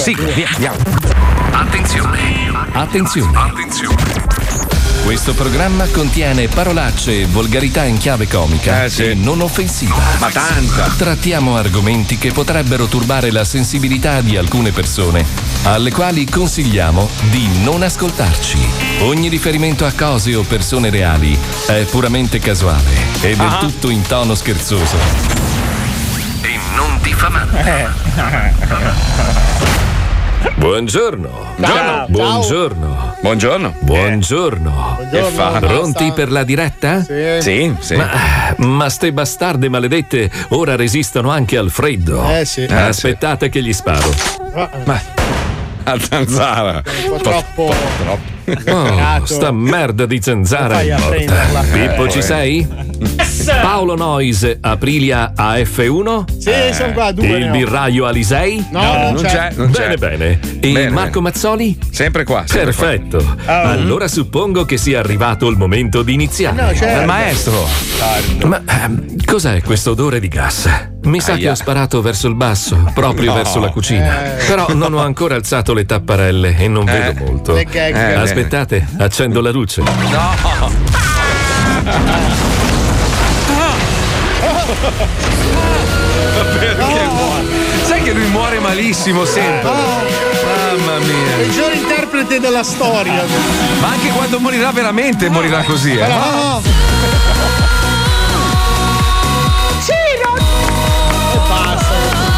Sigla, via, andiamo. Attenzione. Questo programma contiene parolacce e volgarità in chiave comica e non offensiva. Ma tanta! Trattiamo argomenti che potrebbero turbare la sensibilità di alcune persone, alle quali consigliamo di non ascoltarci. Ogni riferimento a cose o persone reali è puramente casuale e del tutto in tono scherzoso e non diffamante. Buongiorno. Ciao. Buongiorno. Che fa? Pronti per la diretta? Sì. Ma ste bastarde maledette ora resistono anche al freddo. Sì. Aspettate che gli sparo. A zanzara. Un po' troppo. Oh, sta merda di zanzara è morta. Pippo, ci sei? Paolo Nois, Aprilia AF1? Sì, sono qua, due. Il birraio Alisei? No, non c'è. Bene. E Marco Mazzoli? Sempre qua. Perfetto. Allora suppongo che sia arrivato il momento di iniziare. No, certo. Il maestro. Ma cos'è questo odore di gas? Mi sa che ho sparato verso il basso, proprio verso la cucina. Però non ho ancora alzato le tapparelle e non vedo molto. Le gag. Aspettate, accendo la luce. Perché muore? Sai che lui muore malissimo sempre. Mamma mia. Peggiore interprete della storia. Ma anche quando morirà veramente morirà così. E basta.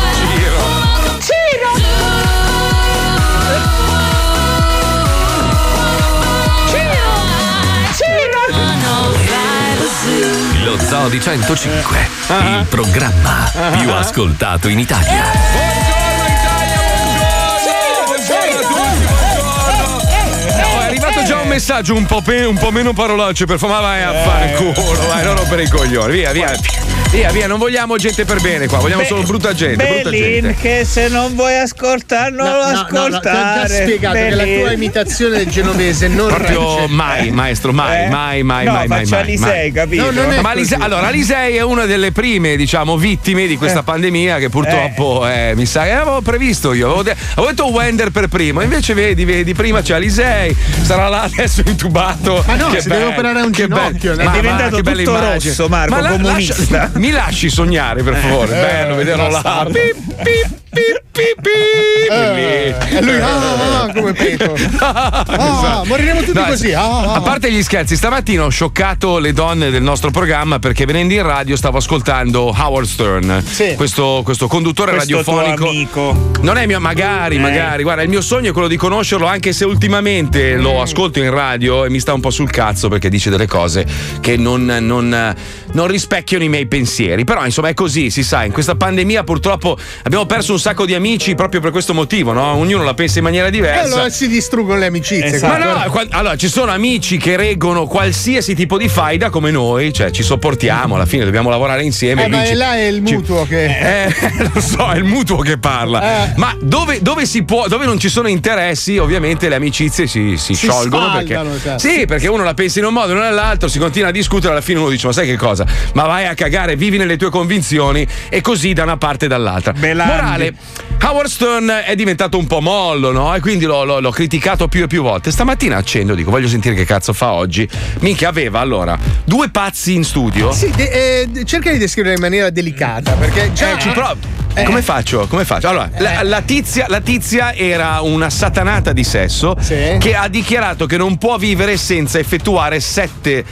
Lo Zoo di 105, il programma più ascoltato in Italia. Buongiorno Italia, buongiorno a tutti, buongiorno. È arrivato già un messaggio un po' meno parolacce, per favore, vai a fare il culo, vai, non rompere i coglioni, via, non vogliamo gente per bene qua, vogliamo solo brutta gente. Belin, che se non vuoi ascoltare non lo ascoltare. No, ti ho già spiegato che la tua imitazione del genovese non Proprio regge. mai, maestro, mai. Faccia Alisei, capito? No, non è così. Allora, Alisei è una delle prime, diciamo, vittime di questa pandemia che purtroppo mi sa che avevo previsto io. Avevo detto Wender per primo, invece vedi, prima c'è Alisei, sarà là adesso intubato. Ma no, che si deve operare un ginocchio. È diventato tutto rosso, Marco, comunista. Mi lasci sognare, per favore. Bello vederlo là. E lui come peto. Moriremo tutti così. A parte gli scherzi, stamattina ho scioccato le donne del nostro programma perché venendo in radio stavo ascoltando Howard Stern, questo conduttore radiofonico. Tuo amico. Non è mio, magari, guarda, il mio sogno è quello di conoscerlo, anche se ultimamente lo ascolto in radio e mi sta un po' sul cazzo perché dice delle cose che non rispecchiano i miei pensieri. Però insomma è così, si sa, in questa pandemia purtroppo abbiamo perso un sacco di amici proprio per questo motivo, no? Ognuno la pensa in maniera diversa. Allora si distruggono le amicizie. Esatto. Ma no, allora ci sono amici che reggono qualsiasi tipo di faida come noi, cioè ci sopportiamo, alla fine dobbiamo lavorare insieme. Ma è là è il mutuo che. Lo so, è il mutuo che parla. Ma dove non ci sono interessi, ovviamente le amicizie si sciolgono perché. Certo. Sì, perché uno la pensa in un modo e non nell'altro, si continua a discutere, alla fine uno dice: ma sai che cosa? Ma vai a cagare, vivi nelle tue convinzioni, e così da una parte e dall'altra. Morale, Howard Stern è diventato un po' mollo, no? E quindi l'ho criticato più e più volte. Stamattina accendo, dico, voglio sentire che cazzo fa oggi. Minchia, aveva allora due pazzi in studio. Sì, cerca di descriverla in maniera delicata, perché già ci provo. Come faccio? Allora, la tizia era una satanata di sesso che ha dichiarato che non può vivere senza effettuare 7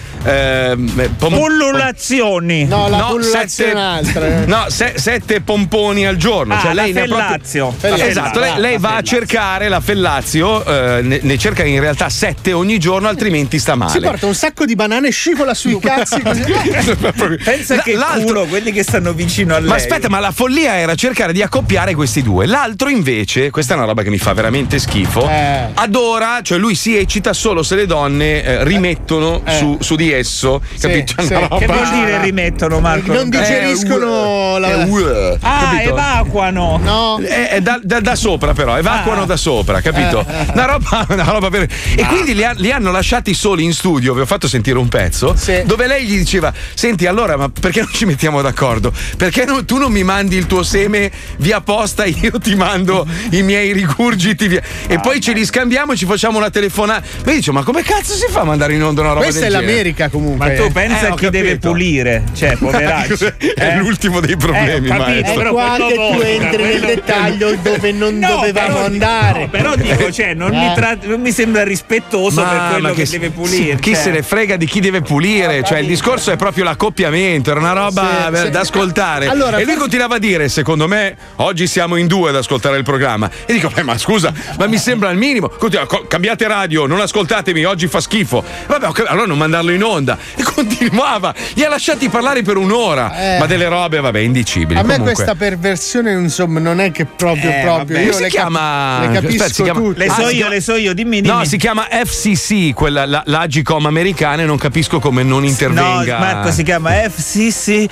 pullulazioni. No, la pullulazione è un'altra. No, 7 pomponi al giorno. Cioè lei fellazio. Esatto, lei va a cercare la fellazio, ne cerca in realtà 7 ogni giorno, altrimenti sta male. Si porta un sacco di banane e scivola sui cazzi così. Pensa che culo quelli che stanno vicino a lei. Ma aspetta, ma la follia era cercare di accoppiare questi due. L'altro invece, questa è una roba che mi fa veramente schifo, adora, cioè lui si eccita solo se le donne rimettono su di esso, capito? Che vuol dire rimettono, Marco? Non digeriscono capito? evacuano. No. È da sopra, però, evacuano da sopra, capito? Una roba per... E quindi li hanno lasciati soli in studio. Vi ho fatto sentire un pezzo dove lei gli diceva: senti, allora, ma perché non ci mettiamo d'accordo? Perché tu non mi mandi il tuo seme via posta, io ti mando i miei rigurgiti via. E poi ce li scambiamo e ci facciamo una telefonata. Ma io dico: ma come cazzo si fa a mandare in onda una roba Questa del genere? Questa è l'America comunque. Ma tu pensa a chi deve pulire? Cioè, poveracci. È l'ultimo dei problemi, maestro. È qua che tu entri nel dettaglio dove non dovevamo andare. No, però dico, cioè, non mi sembra rispettoso per quello che deve pulire. Chi se ne frega di chi deve pulire? Cioè, il discorso è proprio l'accoppiamento, era una roba da ascoltare. Allora, e lui continuava a dire: secondo me oggi siamo in 2 ad ascoltare il programma. E dico: ma scusa, ma mi sembra il minimo. Cambiate radio, non ascoltatemi, oggi fa schifo. Vabbè, allora non mandarlo in onda. E continuava, li ha lasciati parlare per un'ora. Ma delle robe, vabbè, indicibili. A me comunque. Questa perversione, insomma, non è che proprio. Vabbè, io si chiama. Le capisco tutte. Le so io, dimmi. No, si chiama FCC, quella l'Agicom americana, e non capisco come non intervenga. No, Marco, si chiama FCC. sì.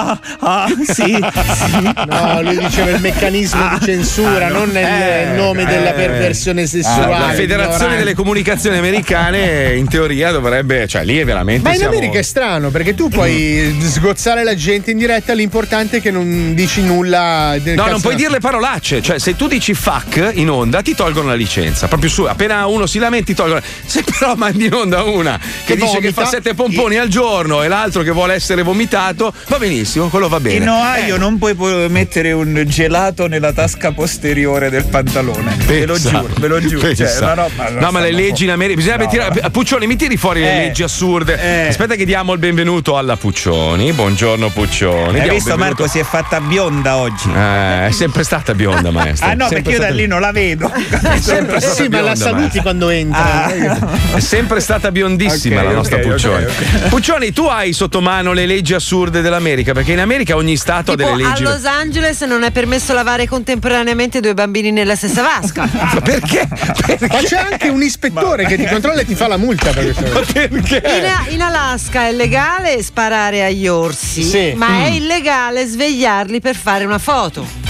No, lui diceva il meccanismo di censura, non il nome della perversione sessuale. La Federazione delle Comunicazioni Americane, in teoria, dovrebbe. Cioè, lì è veramente. Ma in America è strano, perché tu puoi sgozzare la gente in diretta, l'importante è che non dici nulla. No, non puoi dire le parolacce. Cioè, se tu dici fuck in onda, ti tolgono la licenza. Proprio su, appena uno si lamenta, ti tolgono. Se però mandi in onda una che dice che fa 7 pomponi al giorno e l'altro che vuole essere vomitato, va benissimo, quello va bene. In Ohio non puoi mettere un gelato nella tasca posteriore del pantalone. Ve lo giuro. Cioè, una roba, no, ma le leggi in America. Bisogna tirare. Puccioni, mi tiri fuori le leggi assurde. Aspetta che diamo il benvenuto alla Puccioni. Buongiorno Puccioni. Hai visto, Marco, si è fatta bionda oggi. È sempre stata bionda, maestra. Ah no, perché io da lì non la vedo. È sempre stata sì, bionda, ma la saluti maestra. Quando entra. È sempre stata biondissima la nostra Puccioni. Okay. Puccioni, tu hai sotto mano le leggi assurde dell'America, perché in America ogni stato ha delle leggi. A Los Angeles non è permesso lavare contemporaneamente 2 bambini nella stessa vasca. Ma perché? Ma c'è anche un ispettore che ti controlla e ti fa la multa per questo. Ma perché? In Alaska è legale sparare agli orsi, ma è illegale svegliarli per fare una foto.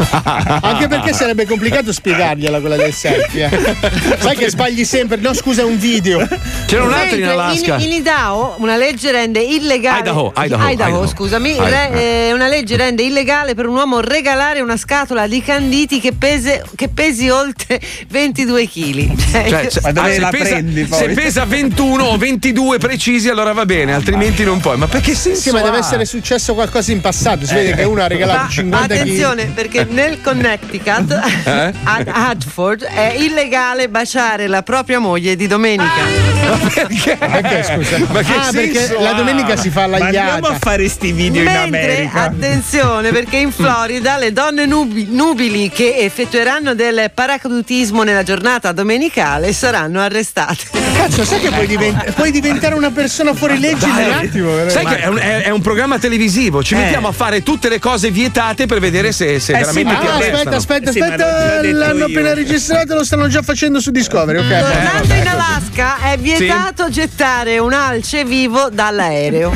Anche perché sarebbe complicato spiegargliela quella del selfie. Sai che sbagli sempre. No, scusa, è un video. C'era un altro in Alaska. In Idaho una legge rende illegale. Idaho. Scusami. Una legge rende illegale per un uomo regalare una scatola di canditi che pesi oltre 22 kg. Ma dove la prendi poi? Se pesa 21 o 22 precisi, allora va bene, altrimenti non puoi. Ma perché sì, ma deve essere successo qualcosa in passato. Si vede che uno ha regalato 50 kg. Attenzione, perché nel Connecticut ad Hartford è illegale baciare la propria moglie di domenica. Ma perché? Scusa? Ma che perché la domenica si fa l'agliata. Ma andiamo a fare sti video in America. Attenzione, perché in Florida le donne nubili che effettueranno del paracadutismo nella giornata domenicale saranno arrestate. Cazzo, sai che puoi diventare una persona fuori legge in un attimo? Sai che è un programma televisivo. Ci mettiamo a fare tutte le cose vietate per vedere se veramente ti arrestano. Aspetta, l'hanno appena registrato, lo stanno già facendo su Discovery. Ok. Tornando in Alaska è vietato gettare un alce vivo dall'aereo.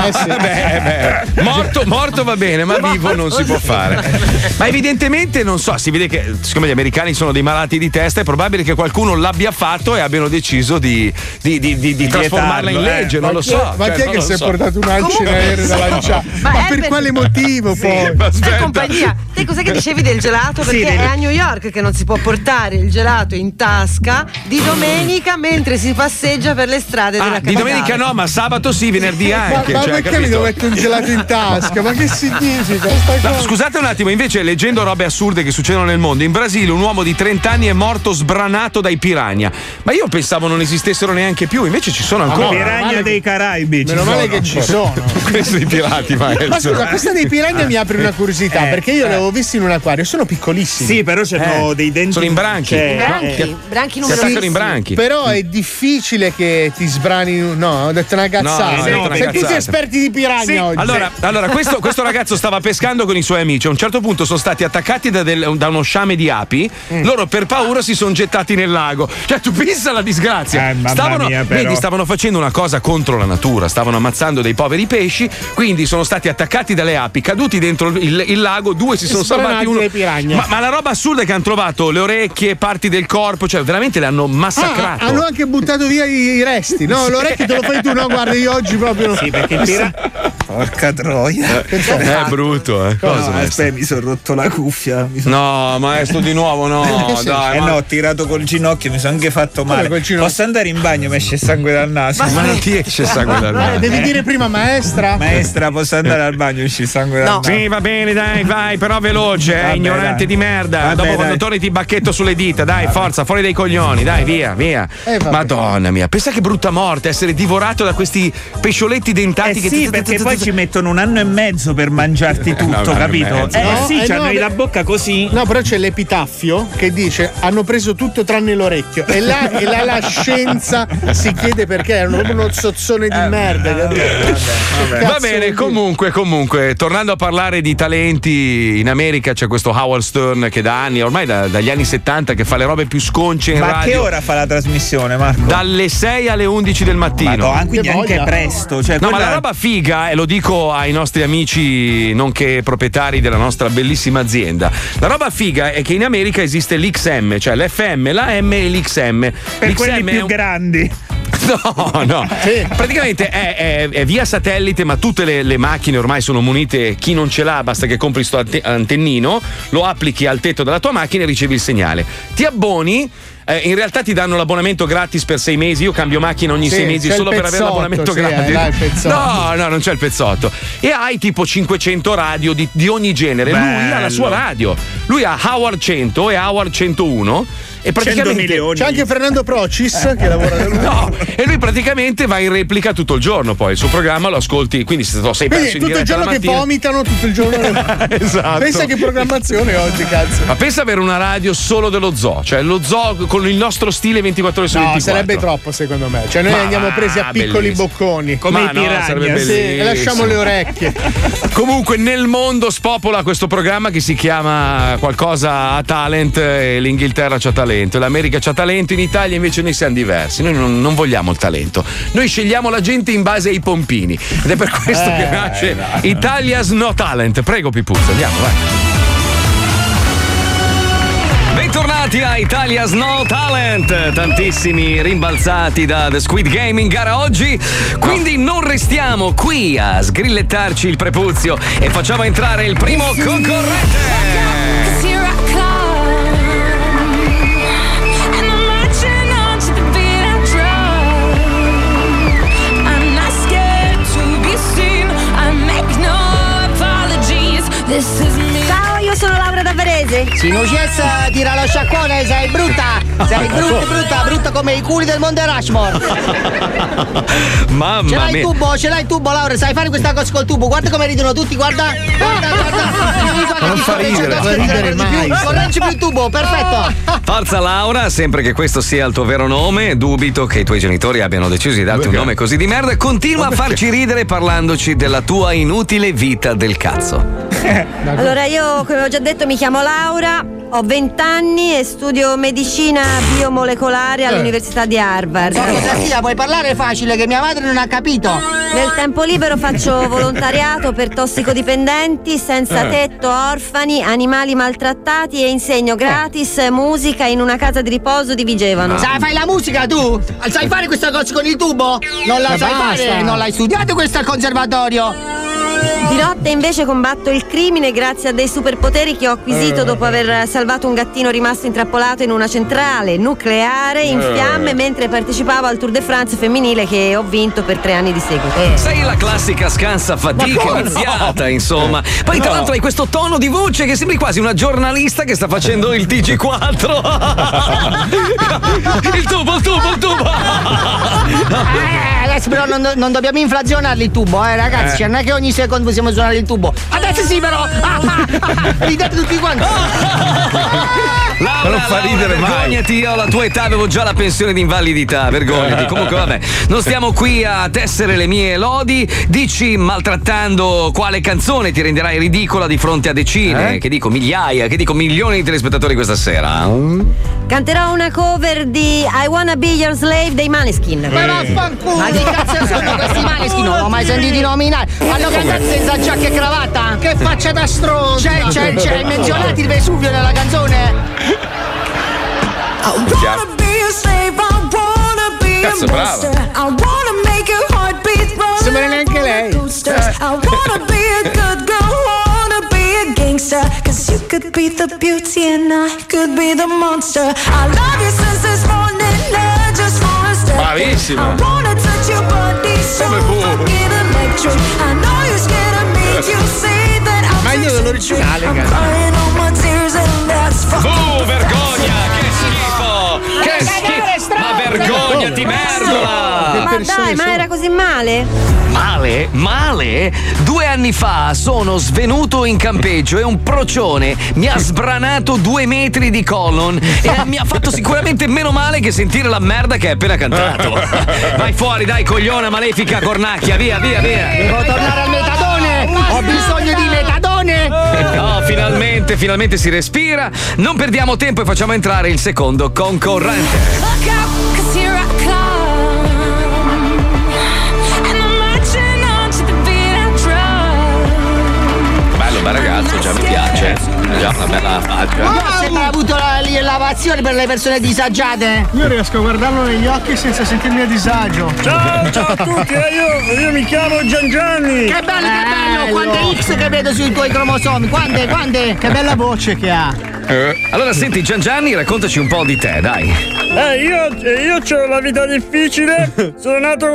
Morto va bene, ma vivo non si può fare. Ma evidentemente non so, si vede che siccome gli americani sono dei malati di testa, è probabile che qualcuno l'abbia fatto e abbiano deciso di trasformarla in legge, non lo so. Ma chi è che si è portato un alce in aereo da lanciare? Ma per quale motivo poi? Per compagnia. Te cos'è che dicevi del gelato? Perché è a New York che non si può portare il gelato in tasca di domenica mentre si passeggia per le strade della capitale. Di domenica no, ma sabato sì, venerdì anche. Ma perché mi devo mettere un gelato in tasca? Ma che significa? Scusate un attimo, invece, leggendo robe assurde che succedono nel mondo, in Brasile un uomo di 30 anni è morto sbranato dai piranha. Ma io pensavo non esistessero neanche più, invece ci sono ancora. Piranha dei Caraibi. Meno male che ci sono. Questi pirati, maestro. Ma scusa, questa dei piranha mi apre una curiosità, perché io li avevo visti in un acquario, sono piccolissimi. Sì, però c'hanno dei denti. Sono in branchi. Branchi Si attaccano in branchi. Però è difficile che ti sbrani. No, ho detto una cazzata. Siete tutti esperti di piranha oggi. Allora questo ragazzo stava pescando con i suoi amici. A un certo punto sono stati attaccati da uno sciame di api. Loro per paura si sono gettati nel lago. Cioè, tu pensa alla disgrazia. Stavano facendo una cosa contro la natura. Stavano ammazzando dei poveri pesci. Quindi sono stati attaccati dalle api, caduti dentro il lago. 2 si sono sono salvati uno. Piranha. Ma la roba assurda è che hanno trovato le orecchie, parti del corpo, cioè veramente le hanno massacrato. Hanno anche buttato via i resti. No, l'orecchio te lo fai tu, no? Guarda, io oggi proprio. Sì, perché il porca troia. È brutto, Cosa? No, aspetta, mi sono rotto la cuffia. No, maestro, di nuovo no. Dai, no, ho tirato col ginocchio, mi sono anche fatto male. Posso andare in bagno, mi esce sangue dal naso. Ma non ti esce sangue dal naso. Devi dire prima maestra. Maestra, posso andare al bagno, esce sangue dal naso. Sì, va bene, dai, vai, però veloce, ignorante di merda. Vabbè, dopo quando torni ti bacchetto sulle dita, dai, forza, fuori dai coglioni, dai, via. Madonna mia, pensa che brutta morte essere divorato da questi pescioletti dentati che sì, perché poi ci mettono 1 anno e mezzo per mangiarti tutto, capito? C'hanno la bocca così. No, però c'è l'epitaffio che dice hanno preso tutto tranne l'orecchio. E là la scienza si chiede perché erano proprio uno zozzone di merda. Va bene, comunque, tornando a parlare di talenti, in America c'è questo Howard Stern che da anni, ormai dagli anni 70, che fa le robe più sconce in radio. Ma che ora fa la trasmissione, Marco? Dalle 6 alle 11 del mattino. Quindi anche presto. Cioè, no, ma la roba figa, e lo dico ai nostri amici nonché proprietari della nostra bellissima azienda, la roba figa è che in America esiste l'XM, cioè l'FM, la M e l'XM. Per quelli più grandi. No. Sì. Praticamente è via satellite, ma tutte le macchine ormai sono munite. Chi non ce l'ha, basta che compri sto antennino, lo applichi al tetto della tua macchina e ricevi il segnale. Ti abboni. In realtà ti danno l'abbonamento gratis per 6 mesi. Io cambio macchina ogni 6 mesi solo per avere l'abbonamento gratis. No, non c'è il pezzotto. E hai tipo 500 radio di ogni genere. Bello. Lui ha la sua radio. Lui ha Howard 100 e Howard 101. E praticamente c'è anche Fernando Procis che lavora da lui. No, e lui praticamente va in replica tutto il giorno. Poi il suo programma lo ascolti. Quindi se sei perso in tutto il giorno che vomitano, tutto il giorno. Esatto. Pensa che programmazione oggi, cazzo. Ma pensa avere una radio solo dello zoo, cioè lo zoo con il nostro stile 24 ore su 24. No, sarebbe troppo secondo me. Cioè noi andiamo presi a piccoli bocconi, come i piranha, e lasciamo le orecchie. Comunque nel mondo spopola questo programma che si chiama qualcosa a talent, e l'Inghilterra c'ha talento, l'America c'ha talento, in Italia invece noi siamo diversi. Noi non vogliamo il talento, noi scegliamo la gente in base ai pompini, ed è per questo che nasce Italia's No Talent. Prego Pipuzzo, andiamo, vai. Bentornati a Italia's No Talent, tantissimi rimbalzati da The Squid Game in gara oggi, quindi non restiamo qui a sgrillettarci il prepuzio e facciamo entrare il primo concorrente. Ciao, io sono Laura da Varese. Sinucessa tira lo sciacquone, sei brutta! Sei brutta come i culi del Monte Rushmore. Mamma mia. Ce l'hai il tubo, Laura, sai fare questa cosa col tubo. Guarda come ridono tutti, guarda. Non fa ridere mai. Correggi più il tubo, perfetto. Forza Laura, sempre che questo sia il tuo vero nome, dubito che i tuoi genitori abbiano deciso di darti un nome così di merda. Continua a farci ridere parlandoci della tua inutile vita del cazzo. Allora, io, come ho già detto, mi chiamo Laura, ho 20 anni e studio medicina biomolecolare all'Università di Harvard. Figlia, puoi parlare facile che mia madre non ha capito. Nel tempo libero faccio volontariato per tossicodipendenti, senza tetto, orfani, animali maltrattati e insegno gratis musica in una casa di riposo di Vigevano. Sai, fai la musica tu? Sai fare questa cosa con il tubo? Non la sai fare? Non l'hai studiato questo al conservatorio? Di notte invece combatto il crimine grazie a dei superpoteri che ho acquisito dopo aver salvato un gattino rimasto intrappolato in una centrale nucleare in fiamme mentre partecipavo al Tour de France femminile che ho vinto per 3 anni di seguito. Sei la classica scansa fatica iniziata, insomma. Poi tra l'altro hai questo tono di voce che sembri quasi una giornalista che sta facendo il TG4. Il tubo. Adesso però non dobbiamo inflazionarli il tubo, ragazzi. Cioè, non è che ogni secondo possiamo suonare il tubo. Adesso sì, però. Ridete tutti quanti. Laura, non fa ridere mai. Vergognati, io alla tua età avevo già la pensione di invalidità, vergognati. Comunque vabbè, non stiamo qui a tessere le mie lodi. Dici, maltrattando quale canzone ti renderai ridicola di fronte a decine, che dico migliaia, che dico milioni di telespettatori questa sera. Canterò una cover di I Wanna Be Your Slave dei Maneskin. Ma vaffanculo! Ma che cazzo sono questi Maneskin? Non l'ho mai sentiti nominare. Hanno cantato senza giacca e cravatta? Che faccia da stronzo! C'è menzionati il Vesuvio nella canzone? I wanna be a slave, I wanna be a monster. I wanna make your heart beat rolling. Sembra neanche lei. I wanna be a good girl, wanna be a gangster. Cause you could be the beauty and I could be the monster. I love you since this morning, I just wanna step. Bravissima. I wanna touch your body so fucking electric. I know you're scared of me, you say that I'm meglio dell'originale, I'm crying all my tears and that's fucking vergogna, che schifo! Che schifo! Ma vergognati, merda! Ma dai, ma era così male? Male? 2 anni fa sono svenuto in campeggio e un procione mi ha sbranato 2 metri di colon e mi ha fatto sicuramente meno male che sentire la merda che hai appena cantato. Vai fuori, dai, cogliona malefica cornacchia, via. Devo tornare al metadone! Ho bisogno di metadone! No, finalmente si respira. Non perdiamo tempo e facciamo entrare il secondo concorrente. Look out, 'cause here I come. And I'm marching on to the beat I drum. Bello, bel ragazzo, già mi piace. Già una bella faccia. Ma sembra ha avuto la passione per le persone disagiate. Io riesco a guardarlo negli occhi senza sentirmi a disagio. Ciao a tutti, io mi chiamo Giangianni. Che bello! Quante X che vedo sui tuoi cromosomi? Quante? Che bella voce che ha. Allora senti Giangianni, raccontaci un po' di te, dai. Io ho la vita difficile. Sono nato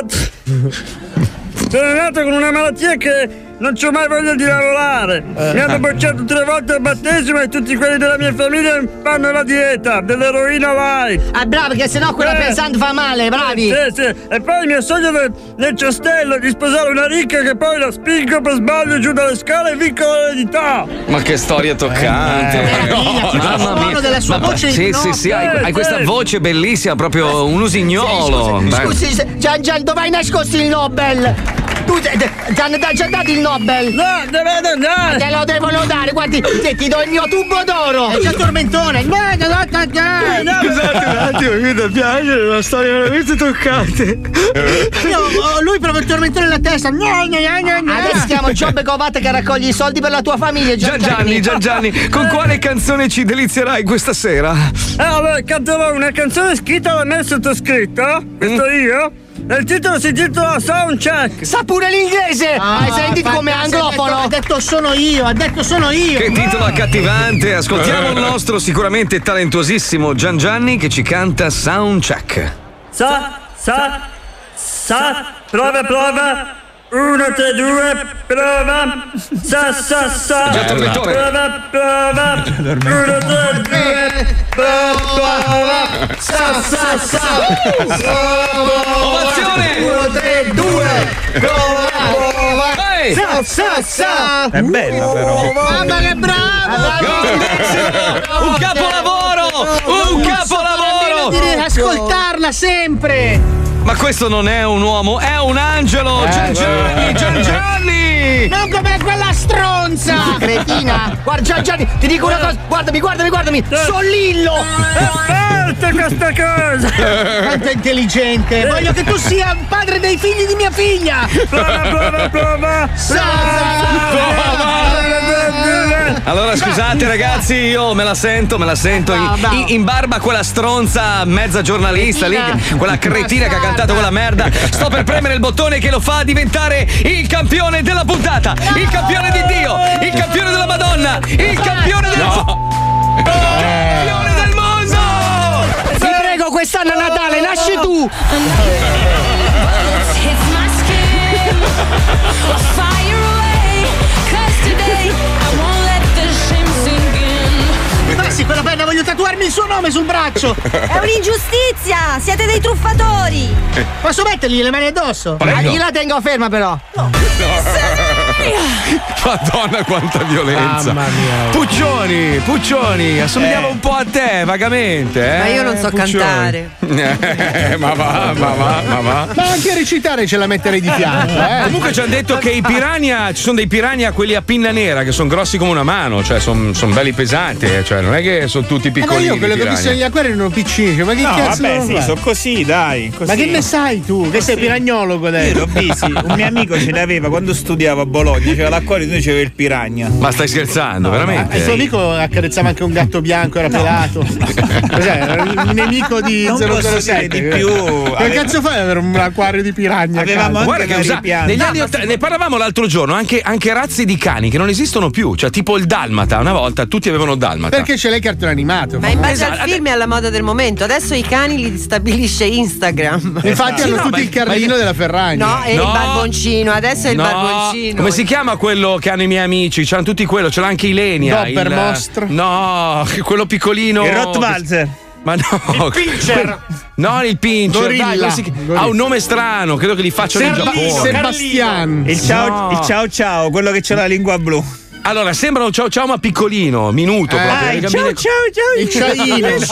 con una malattia che non c'ho mai voglia di lavorare. Mi hanno bocciato 3 volte al battesimo e tutti quelli della mia famiglia fanno la dieta dell'eroina light. Ah, bravi, che sennò quella pesante fa male, bravi. Sì. E poi il mio sogno nel ciastello è di sposare una ricca che poi la spingo per sbaglio giù dalle scale e vinco l'eredità. Ma che storia toccante. Mamma mia, della sua voce. Sì, hai questa voce bellissima, proprio un usignolo. Scusi, Gian, dove hai nascosto il Nobel? Tu ti hanno già dato il Nobel? No, te lo devono dare, guardi, ti do il mio tubo d'oro. È già tormentone. Scusate un attimo, mi piace, è una storia veramente toccante. Lui proprio il tormentone nella testa. Adesso chiamo Giobbe Covate che raccoglie i soldi per la tua famiglia. Giangianni, con quale canzone ci delizierai questa sera? Allora, canterò una canzone scritta da me sottoscritto, questo io. Il titolo si intitola Soundcheck. Sa pure l'inglese. Hai sentito come anglofono? Ha detto sono io. Che titolo accattivante. Ascoltiamo il nostro sicuramente talentuosissimo Giangianni che ci canta Soundcheck. Prova 1, 3, 2, prova. Sa. Già tormentone. Prova. 1, 3, 2, prova. Sa. Ovazione. 1, 3, 2, prova. Sa. È bella però. Mamma che bravo! Un capolavoro! Devi ascoltarla sempre. Ma questo non è un uomo, è un angelo! Giangianni! Non come quella stronza! Cretina! Guarda Gianni, ti dico una cosa, guardami! Sono Lillo! È forte questa cosa! Quanto è intelligente! Voglio che tu sia il padre dei figli di mia figlia! Prova! Allora scusate ragazzi, io me la sento in barba a quella stronza mezza giornalista lì, quella cretina che ha cantato quella merda. Sto per premere il bottone che lo fa diventare il campione della puntata, il campione di Dio, il campione della Madonna, il campione del campione del mondo. Ti prego, quest'anno a Natale nasci tu. Sì, quella penna, voglio tatuarmi il suo nome sul braccio! È un'ingiustizia! Siete dei truffatori! Posso mettergli le mani addosso? Io la tengo ferma però! No. Madonna quanta violenza. Mamma mia. Puccioni, assomigliava un po' a te, vagamente. Ma io non so Puccioni. cantare. Ma va. Ma anche a recitare ce la metterei di fianco. Comunque ci hanno detto che i piranha, ci sono dei piranha quelli a pinna nera che sono grossi come una mano, cioè sono belli pesanti, cioè non è che sono tutti piccolini. Ma io quello che ho visto negli acquari erano piccini, ma che cazzo? Vabbè, sì, sono così, dai. Così. Ma che ne sai tu? Che sei piragnologo adesso? Io l'ho visto, un mio amico ce l'aveva quando studiava a Bologna, c'era l'acquario e noi c'aveva il piragna. Ma stai scherzando, veramente? Il tuo amico accarezzava anche un gatto bianco, era pelato. Cos'è? Era il nemico di non 007. Di più. Che cazzo fai ad avere un acquario di piragna? Avevamo anche Guarda che negli anni ne parlavamo l'altro giorno, anche razze di cani che non esistono più, cioè tipo il dalmata, una volta tutti avevano il dalmata. Perché ce l'hai il cartone animato? Ma in base al film è alla moda del momento. Adesso i cani li stabilisce Instagram. Infatti hanno tutti il carlino della Ferragna. No, è il barboncino, adesso è il barboncino. Come si chiama quello che hanno i miei amici? C'hanno tutti quello, ce l'ha anche Ilenia. Dobermostro. No, quello piccolino. Il Rottweiler. Ma no, il Pincher. No, il Pincher. Gorilla. Ha un nome strano, credo che li facciano in Giappone. Sebastian. Il ciao, quello che c'ha la lingua blu. Allora, sembra un ciao ciao ma piccolino, minuto proprio. Il ciaino. Il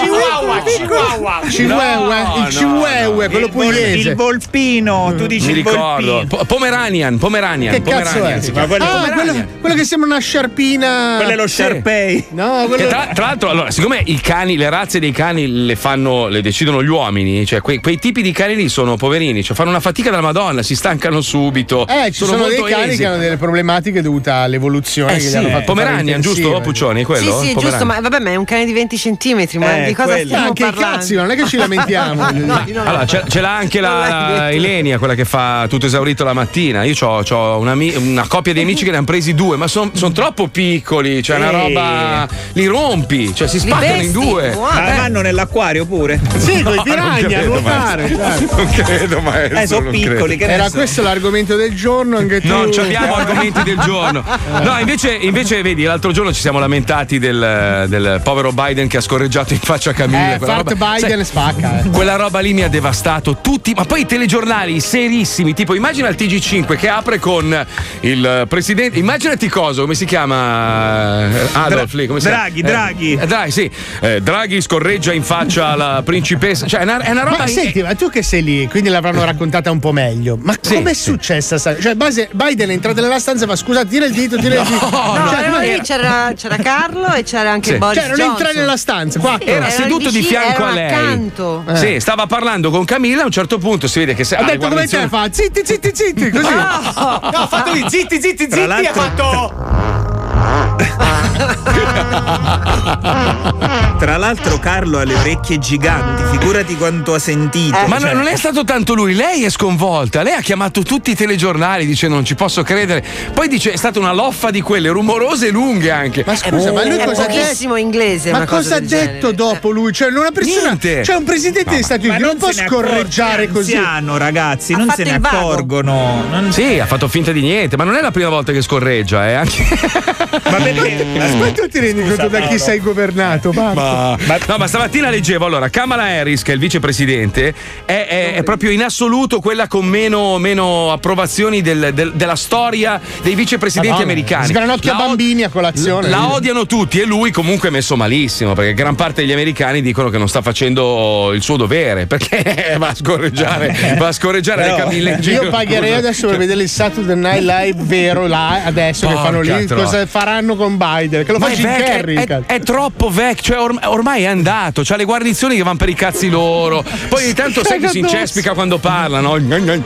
chihuahua, quello pugliese. Il volpino, tu dici Mi il ricordo. volpino. Pomeranian. Che cazzo è? Si chiama. Quello che sembra una sciarpina. Quello è lo Sharpei. No, quello. Tra l'altro, allora, siccome i cani, le razze dei cani le decidono gli uomini, cioè quei tipi di cani lì sono poverini, cioè fanno una fatica della Madonna, si stancano subito. Ci sono dei cani che hanno delle problematiche dovute all'evoluzione. Sì, Pomeranian, giusto Puccioni? Quello? Sì, giusto, ma vabbè, ma è un cane di 20 centimetri, ma di cosa stiamo anche parlando? i cazzi, non è che ci lamentiamo. Allora, ce l'ha anche la Ilenia, quella che fa tutto esaurito la mattina. Io ho una coppia di amici che ne hanno presi 2, ma sono troppo piccoli, cioè una roba. Li rompi, cioè si spaccano in 2. Ma vanno nell'acquario pure? Sì, con i piragna a nuotare. Non credo, maestro. Sono piccoli. Era questo l'argomento del giorno, anche tu. Non abbiamo argomenti del giorno. No, invece vedi, l'altro giorno ci siamo lamentati del povero Biden che ha scorreggiato in faccia a Camilla. Biden spacca. Quella roba lì mi ha devastato tutti, ma poi i telegiornali serissimi, tipo immagina il TG5 che apre con il presidente, immaginati come si chiama Adolf lì, come si Draghi. Draghi, sì. Draghi scorreggia in faccia alla principessa, cioè è una roba. Ma senti, ma tu che sei lì, quindi l'avranno raccontata un po' meglio. Ma com'è successa? Cioè, Biden è entrato nella stanza e fa scusa, tira il dito. Lì c'era Carlo e c'era anche Boris Johnson. Cioè, non entra nella stanza, qua. Era seduto di fianco a lei. Accanto. Sì, stava parlando con Camilla, a un certo punto si vede che ha detto come te, fa zitti, così. No, ha fatto lì zitti, ha fatto. Tra l'altro Carlo ha le orecchie giganti, figurati quanto ha sentito. Ma non è stato tanto lui, lei è sconvolta, lei ha chiamato tutti i telegiornali dicendo non ci posso credere, poi dice è stata una loffa di quelle rumorose e lunghe anche. Ma scusa, ma lui cosa ha detto? Inglese, ma cosa ha detto dopo lui? Cioè una persona, niente. Cioè un presidente degli Stati Uniti non può scorreggiare così. Ragazzi, non se ne accorgono. Sì, ha fatto finta di niente, ma non è la prima volta che scorreggia, anche. Ma perché? Aspetta, ti rendi conto da chi sei governato? Ma stamattina leggevo, allora, Kamala Harris, che è il vicepresidente, è proprio in assoluto quella con meno approvazioni della storia dei vicepresidenti americani. Sgranocchia bambini a colazione. La odiano tutti e lui comunque è messo malissimo, perché gran parte degli americani dicono che non sta facendo il suo dovere, perché va a scorreggiare le Camille in giro. Io pagherei adesso per vedere il Saturday Night Live vero là adesso che fanno lì, cosa faranno con Biden, che lo fa Jim Carrey. È troppo vecchio, cioè ormai è andato, c'ha le guarnizioni che vanno per i cazzi loro, poi ogni tanto sai che si incespica quando parla, no?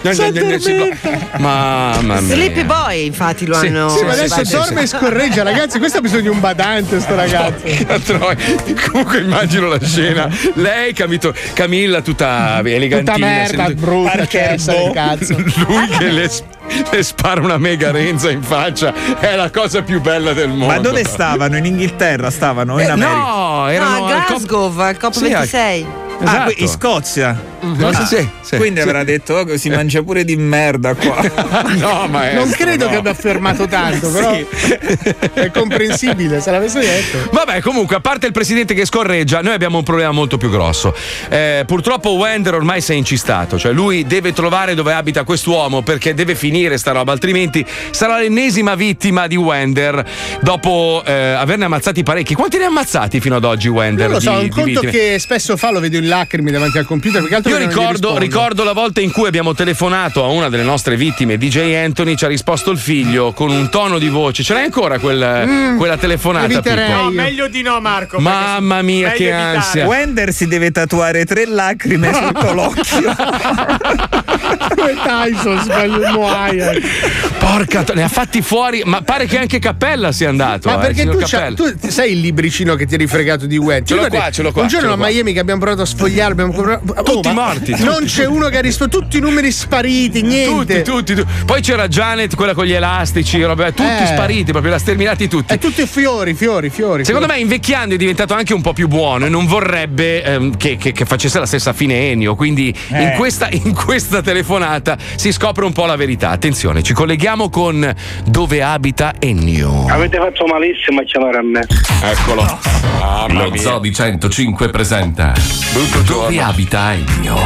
Mamma mia. Sleepy Boy, infatti lo hanno. Sì, ma adesso dorme e scorreggia, ragazzi, questo ha bisogno di un badante sto ragazzo. Comunque immagino la scena, lei Camilla tutta elegantina, tutta merda, brutta, cazzo. Lui che le spara una mega renza in faccia, è la cosa più bella del mondo. Ma dove stavano? In Inghilterra stavano? In America? No, erano a Glasgow, al COP26. Esatto. In Scozia. Quindi avrà detto che si mangia pure di merda qua. No, maestro, non credo che abbia affermato tanto, però è comprensibile, se l'avesse detto. Vabbè, comunque, a parte il presidente che scorreggia, noi abbiamo un problema molto più grosso. Purtroppo Wender ormai si è incistato, cioè lui deve trovare dove abita quest'uomo perché deve finire sta roba, altrimenti sarà l'ennesima vittima di Wender dopo averne ammazzati parecchi. Quanti ne ha ammazzati fino ad oggi Wender? Non lo so, un conto vittime? che spesso fa, lo vedo in lacrime davanti al computer, perché altro io ricordo la volta in cui abbiamo telefonato a una delle nostre vittime, DJ Anthony, ci ha risposto il figlio con un tono di voce. Ce l'hai ancora quella telefonata? No, meglio di no, Marco. Mamma mia, che ansia. Wender si deve tatuare 3 lacrime sotto l'occhio. Come Tyson sbaglia il Muay. Porca, ne ha fatti fuori, ma pare che anche Cappella sia andato. Ma perché tu sai il libricino che ti eri fregato di Wender? Ce l'ho qua. Un giorno a Miami che abbiamo provato a sfogliare, tutti morti. Non c'è uno che ha risposto, tutti i numeri spariti, niente. Tutti. Poi c'era Janet, quella con gli elastici, tutti spariti, proprio la sterminati tutti. E tutti fiori. Secondo me invecchiando è diventato anche un po' più buono e non vorrebbe che facesse la stessa fine Ennio, quindi in questa telefonata si scopre un po' la verità. Attenzione, ci colleghiamo con dove abita Ennio. Avete fatto malissimo a chiamare a me. Eccolo. Lo Zoo di 105 presenta Dove abita Ennio?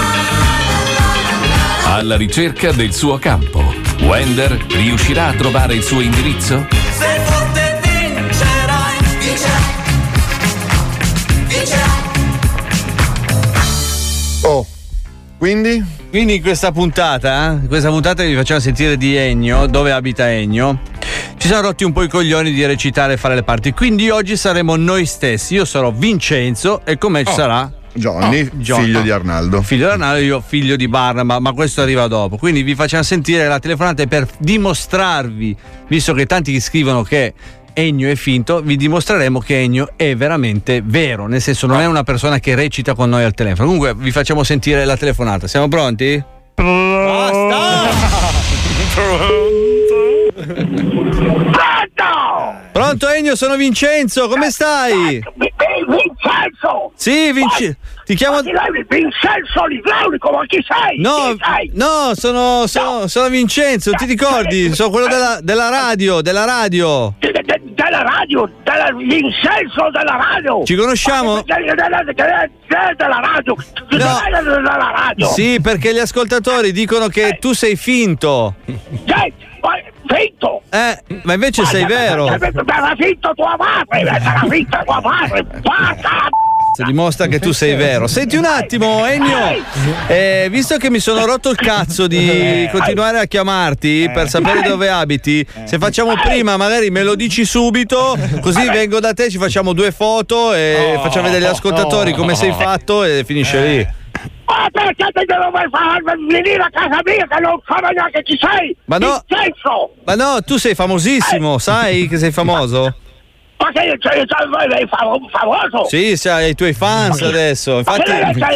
Alla ricerca del suo campo, Wender riuscirà a trovare il suo indirizzo? Sei forte, vincerai. Oh, quindi in questa puntata vi facciamo sentire di Ennio, dove abita Ennio. Ci siamo rotti un po' i coglioni di recitare e fare le parti, quindi oggi saremo noi stessi. Io sarò Vincenzo e con me ci sarà Johnny, figlio di Arnaldo. Figlio di Arnaldo, io figlio di Barnaba, ma questo arriva dopo. Quindi vi facciamo sentire la telefonata per dimostrarvi, visto che tanti scrivono che Ennio è finto, vi dimostreremo che Ennio è veramente vero, nel senso non è una persona che recita con noi al telefono. Comunque vi facciamo sentire la telefonata. Siamo pronti? Basta! Pronto Ennio, sono Vincenzo, come stai? Vincenzo! Sì, ti chiamo. Vincenzo l'idraulico, ma chi sei? No, sono Vincenzo, ti ricordi? Sono quello della radio. Della radio? Vincenzo della radio! Ci conosciamo? Della radio! Della radio! Sì, perché gli ascoltatori dicono che tu sei finto. Finto! Ma invece sei vero! Era finto tua madre! Porca! Dimostra che tu sei vero. Senti un attimo, Ennio, visto che mi sono rotto il cazzo di continuare a chiamarti per sapere dove abiti, se facciamo prima magari me lo dici subito, così vengo da te, ci facciamo 2 foto e facciamo vedere agli ascoltatori come sei fatto e finisce lì. Ma perché ti devo far venire a casa mia che non so neanche chi sei? Ma no, tu sei famosissimo, sai che sei famoso? Ma che sei famoso? Sì, hai i tuoi fans adesso. Infatti.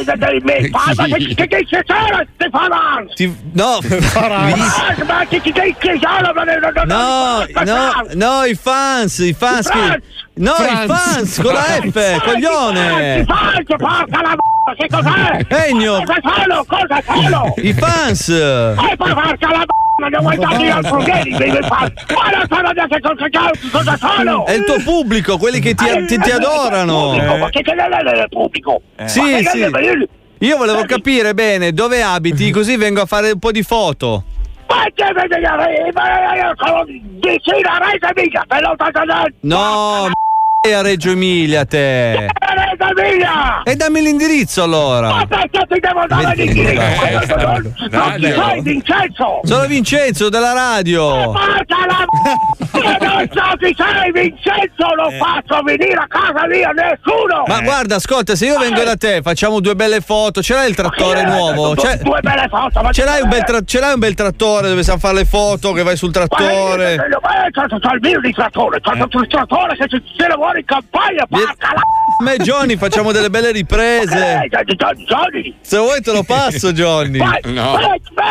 No, i fans. No, i fans con la F, coglione. Porca la che cos'è? Ennio. Cosa sono? I fans. Porca la ma non vuoi darmi al problemi, devi fare. Ma non sono adesso cosa sono? È il tuo pubblico, quelli che ti adorano. Ma che è il pubblico? Sì. Io volevo capire bene dove abiti, così vengo a fare un po' di foto. Ma che io sono vicino a Reggio Emilia, No, a Reggio Emilia te. Reggio Emilia! E dammi l'indirizzo allora. Ma perché ti devo dare l'indirizzo? Non chi sei, Vincenzo? Sono Vincenzo della radio. Porca la non so chi sei, Vincenzo, non faccio venire a casa mia nessuno. Ma guarda, ascolta, se io vengo da te facciamo 2 belle foto. Ce l'hai il trattore nuovo? 2 belle foto. Ce l'hai un bel trattore dove siamo a fare le foto, che vai sul trattore? C'ho il mio di trattore, c'ho il trattore che se lavora in campagna, porca la me Johnny facciamo delle belle riprese. Johnny, se vuoi te lo passo, Johnny. No.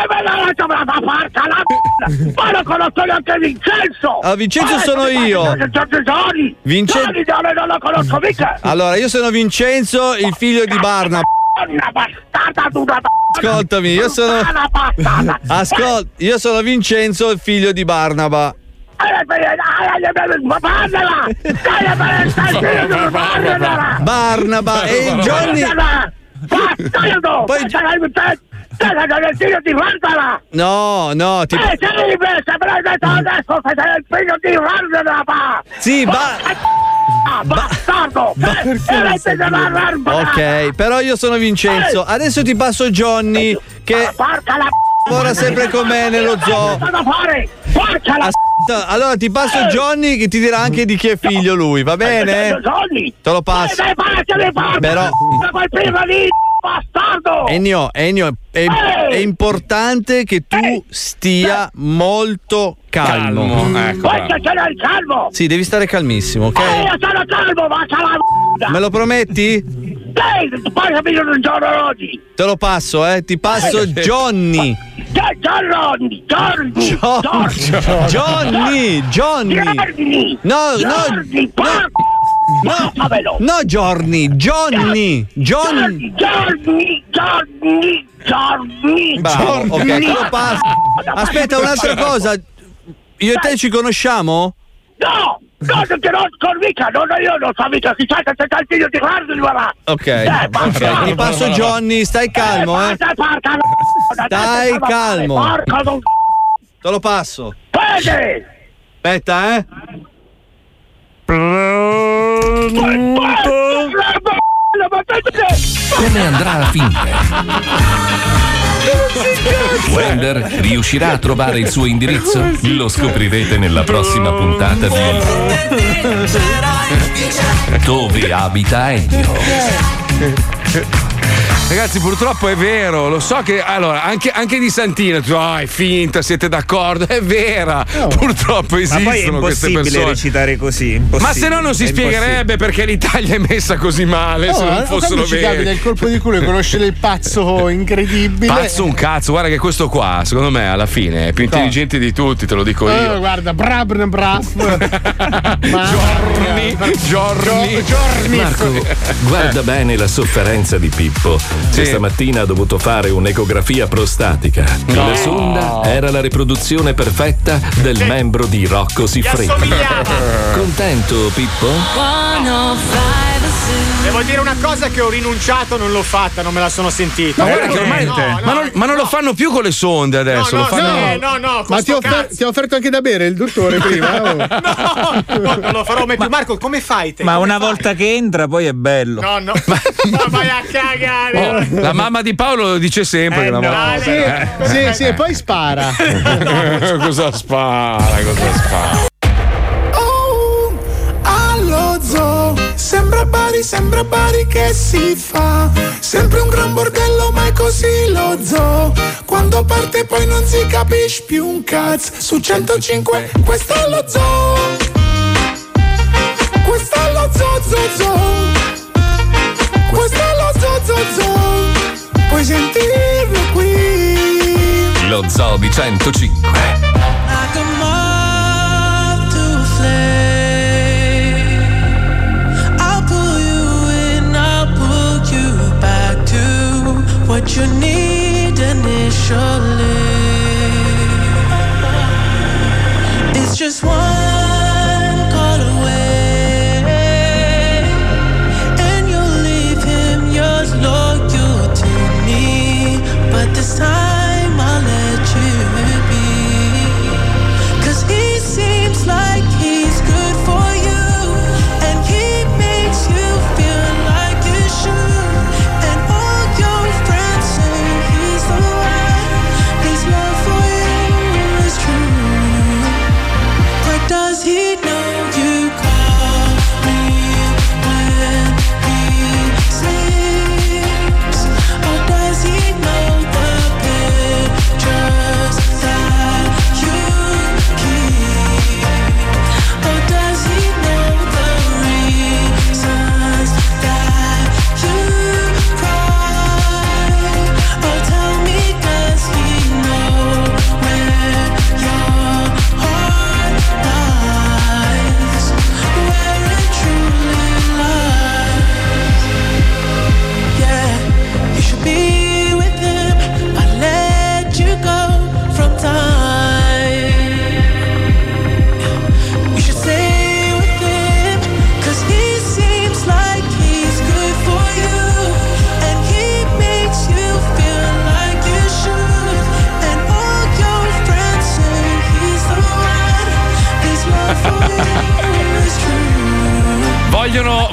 Ma non conosco neanche Vincenzo. Vincenzo sono io. Johnny non lo conosco mica. Allora io sono Vincenzo, il figlio di Barnaba. Una bastarda tu da Ascoltami, io sono. Ascolta, io sono Vincenzo, il figlio di Barnaba. Barnaba e il Johnny. Poi no, ti sì, bastardo! Ok, però io sono Vincenzo. Adesso ti passo Johnny che lavora sempre con me nello zoo. Allora ti passo Johnny che ti dirà anche di chi è figlio lui, va bene? Te lo passo. Però bastardo! Ennio, è importante che tu stia molto calmo. Ecco. C'era il calmo! Sì, devi stare calmissimo, ok? Io sono calmo, ma c'è la me lo prometti? Poi capito un giorno oggi! Te lo passo, ti passo Johnny! Johnny! No, bravo, ok, te lo passo. Aspetta, un'altra cosa. Io e te ci conosciamo? No, che non mica, io non so mica chi c'è il figlio di Barnaba. Ok, ti passo Johnny, stai calmo, Stai calmo. Te lo passo. Aspetta, Come andrà a finire? Wender riuscirà a trovare il suo indirizzo? Lo scoprirete nella prossima puntata di Dove abita Ennio. Ragazzi, purtroppo è vero, lo so che allora anche di Santina tu è finta, siete d'accordo? È vera, purtroppo esistono queste persone. Ma poi è impossibile recitare così, impossibile. Ma se no non si spiegherebbe perché l'Italia è messa così male, se non fossero veri. Capita il colpo di culo e conoscere il pazzo incredibile. Pazzo un cazzo, guarda che questo qua, secondo me alla fine è più intelligente di tutti, te lo dico io. Guarda, Giorni. Marco, guarda bene la sofferenza di Pippo. Questa mattina ha dovuto fare un'ecografia prostatica. La sonda era la riproduzione perfetta del membro di Rocco Siffredi. Contento, Pippo? Devo dire una cosa che ho rinunciato, non l'ho fatta, non me la sono sentita. Ma guarda che ormai ma non lo fanno più con le sonde adesso. No, lo fanno... Ma ti ha offerto anche da bere il dottore prima? No, non lo farò mai più. Marco, come fai te? Ma una volta che entra poi è bello. No, vai a cagare. La mamma di Paolo lo dice sempre. Sì, e poi spara. Cosa spara? Allo zoo, sembra Bari che si fa. Sempre un gran bordello, ma è così lo zoo. Quando parte poi non si capisce più un cazzo. Su 105, questo è lo zoo. Questo è lo zoo. Questo è lo zoo. Puoi sentirlo qui. Lo Zoo di 105. What you need initially is just one call away, and you'll leave him yours loyal to me. But this time I'll let you be, 'cause he seems like he's good for you, and he makes you feel like you should. And all your friends say he's the one.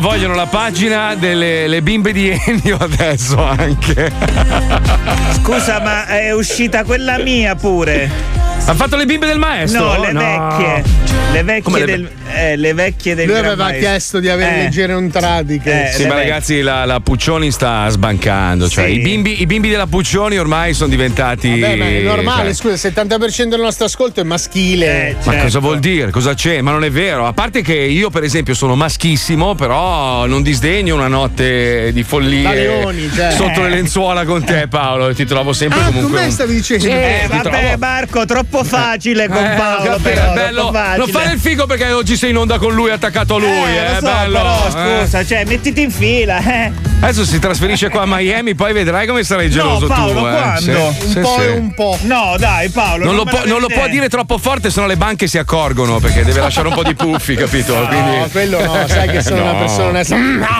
vogliono la pagina delle le bimbe di Ennio adesso anche. Scusa, ma è uscita quella mia pure. Ha fatto le bimbe del maestro? No, le vecchie. Le vecchie le vecchie del Lui aveva chiesto di avere leggere un tradiche. Sì, ma ragazzi, la Puccioni sta sbancando. Cioè, Sì. i bimbi della Puccioni ormai sono diventati. Vabbè, ma è normale, cioè, scusa, il 70% del nostro ascolto è maschile. Ma cosa vuol dire? Cosa c'è? Ma non è vero. A parte che io, per esempio, sono maschissimo, però non disdegno una notte di follie Da leoni, cioè. sotto le lenzuola con te, Paolo. Ti trovo sempre comunque. Con me stavi dicendo? Sì, vabbè, trovo... Marco, troppo facile con Paolo. Capito, però, è bello. troppo facile. Non fare il figo perché oggi sei in onda con lui, attaccato a lui. Lo so, bello. però scusa, cioè, mettiti in fila, Adesso si trasferisce qua a Miami, poi vedrai come sarai geloso no, Paolo, tu. quando? Sì, Un po' sì. e un po'. No, dai, Paolo. Non lo può dire troppo forte, sennò le banche si accorgono perché deve lasciare un po' di puffi, capito? No, Quindi... quello no, sai che sono una persona onesta.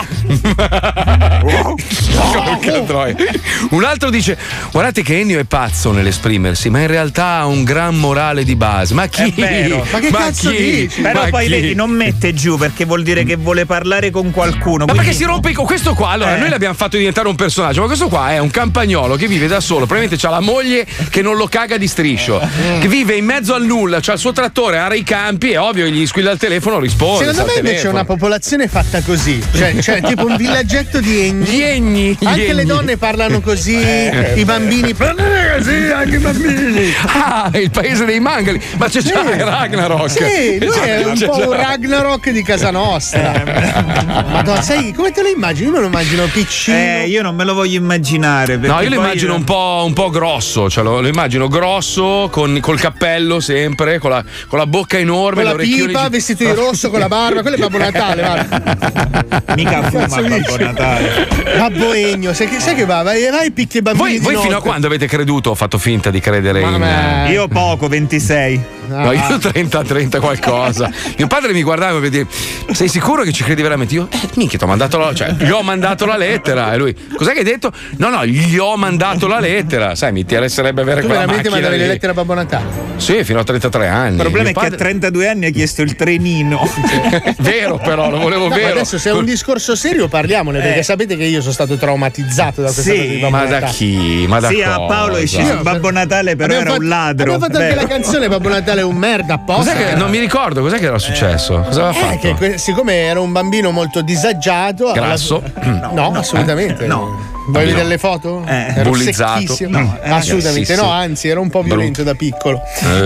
Un altro dice: guardate che Ennio è pazzo nell'esprimersi, ma in realtà ha un gran morale di base. Ma chi? È vero. Ma che cazzo dici? Però Ma poi chi? vedi, non mette giù perché vuol dire che vuole parlare con qualcuno. Ma quindi... perché si rompe questo qua? Allora, noi l'abbiamo fatto diventare un personaggio, ma questo qua è un campagnolo che vive da solo. Probabilmente c'ha la moglie che non lo caga di striscio, che vive in mezzo al nulla, c'ha il suo trattore, ara i campi, è ovvio che gli squilla il telefono, risponde. Secondo me invece è una popolazione fatta così, cioè tipo un villaggetto di egni. Anche le donne parlano così, i bambini parlano così, anche i bambini. Ah, il paese dei mangali, ma c'è già Ragnarok. Sì, lui è un po' un Ragnarok di casa nostra. Madonna, sai come te lo immagini? Io me lo immagino piccino. Io non me lo voglio immaginare. No, io lo poi immagino un po' grosso, cioè lo immagino grosso, col cappello sempre, con la bocca enorme, con la le orecchioni pipa, vestito di rosso, con la barba, quello è Babbo Natale, guarda. Mica fuma Babbo Natale. Babbo Ennio, sai che vai e picchi i bambini. Voi fino a quando avete creduto o fatto finta di credere in. Io poco, 26. No, io 30 qualcosa. Mio padre mi guardava e mi diceva: sei sicuro che ci credi veramente? Io, minchia, gli ho mandato la lettera. E lui, cos'è che hai detto? No, gli ho mandato la lettera. Sai, mi interesserebbe avere tu quella veramente macchina mandavi lì. le lettere a Babbo Natale? Sì, fino a 33 anni. Il problema Mio è che a 32 anni ha chiesto il trenino. Vero, però, lo volevo No, vero. adesso se è un discorso serio parliamone, perché sapete che io sono stato traumatizzato da questa cosa di Babbo ma Natale. da chi? Ma da Sì, cosa? a Paolo è sceso Babbo Natale, però era un ladro. Abbiamo fatto anche la canzone Babbo Natale è un merda apposta. Cos'è che, non mi ricordo, cos'è che era successo? Cosa aveva fatto? Che siccome era un bambino molto disagiato. Grasso? No, assolutamente. No. Vuoi vedere le foto? Ero Bullizzato? secchissimo. No, assolutamente sì, no, sì. anzi era un po' violento da piccolo.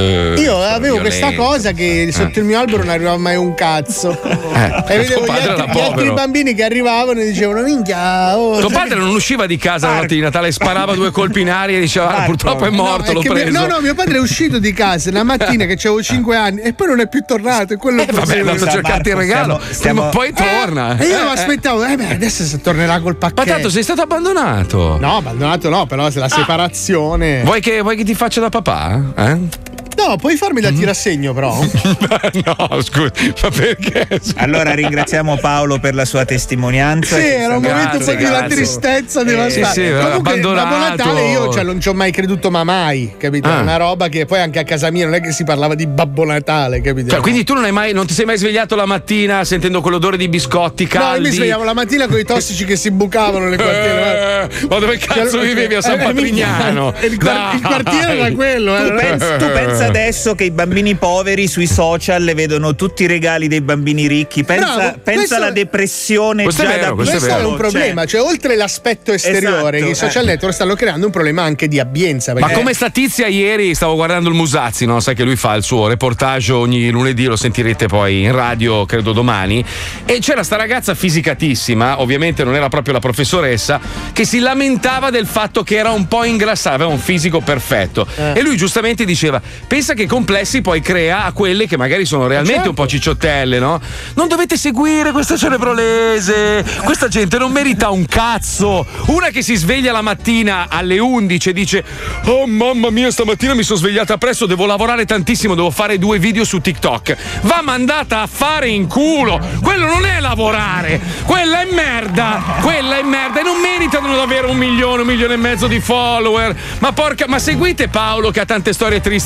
Io avevo violento. questa cosa che sotto il mio albero non arrivava mai un cazzo. E vedevo tuo padre era gli altri povero. bambini che arrivavano e dicevano minchia. Tuo padre non usciva di casa la notte di Natale, sparava 2 colpi in aria e diceva: "Ah, purtroppo è morto, l'ho preso." No, mio padre è uscito di casa una mattina che avevo 5 anni e poi non è più tornato. E quello Vabbè, è andato a cercarti il regalo. Prima o poi torna. E io aspettavo, adesso tornerà col pacchetto. Ma tanto sei stato abbandonato. No, abbandonato no, però la separazione. Vuoi che ti faccia da papà? No, puoi farmi da tirassegno, però. No, scusa, ma perché? Allora ringraziamo Paolo per la sua testimonianza. Sì, era un momento un po' di la tristezza devastante. Sì, Comunque, abbandonato. Babbo Natale io non ci ho mai creduto, ma mai, capito? È una roba che poi anche a casa mia non è che si parlava di Babbo Natale, capito? Cioè, quindi tu non ti sei mai svegliato la mattina sentendo quell'odore di biscotti caldi? No, io mi svegliavo la mattina con i tossici che si bucavano nel quartiere. Ma dove cazzo vivevi? A San Patrignano? Il quartiere era quello. Tu pensa adesso che i bambini poveri sui social le vedono tutti i regali dei bambini ricchi. Pensa alla depressione questo già è vero, da questo è un problema, cioè oltre l'aspetto esteriore, Esatto, i social network stanno creando un problema anche di abbienza. Ma come sta Tizia ieri stavo guardando il Musazzi, no? Sai che lui fa il suo reportage ogni lunedì, lo sentirete poi in radio credo domani, e c'era sta ragazza fisicatissima, ovviamente non era proprio la professoressa, che si lamentava del fatto che era un po' ingrassata, aveva un fisico perfetto e lui giustamente diceva: pensa che complessi poi crea a quelle che magari sono realmente un po' cicciottelle, no? Non dovete seguire questa cerebrolese, questa gente non merita un cazzo. Una che si sveglia la mattina alle 11 e dice: oh mamma mia, stamattina mi sono svegliata presto, devo lavorare tantissimo, devo fare 2 video su TikTok. Va mandata a fare in culo. Quello non è lavorare, quella è merda e non meritano di avere 1 milione e mezzo di follower. Ma seguite Paolo che ha tante storie tristi da raccontare.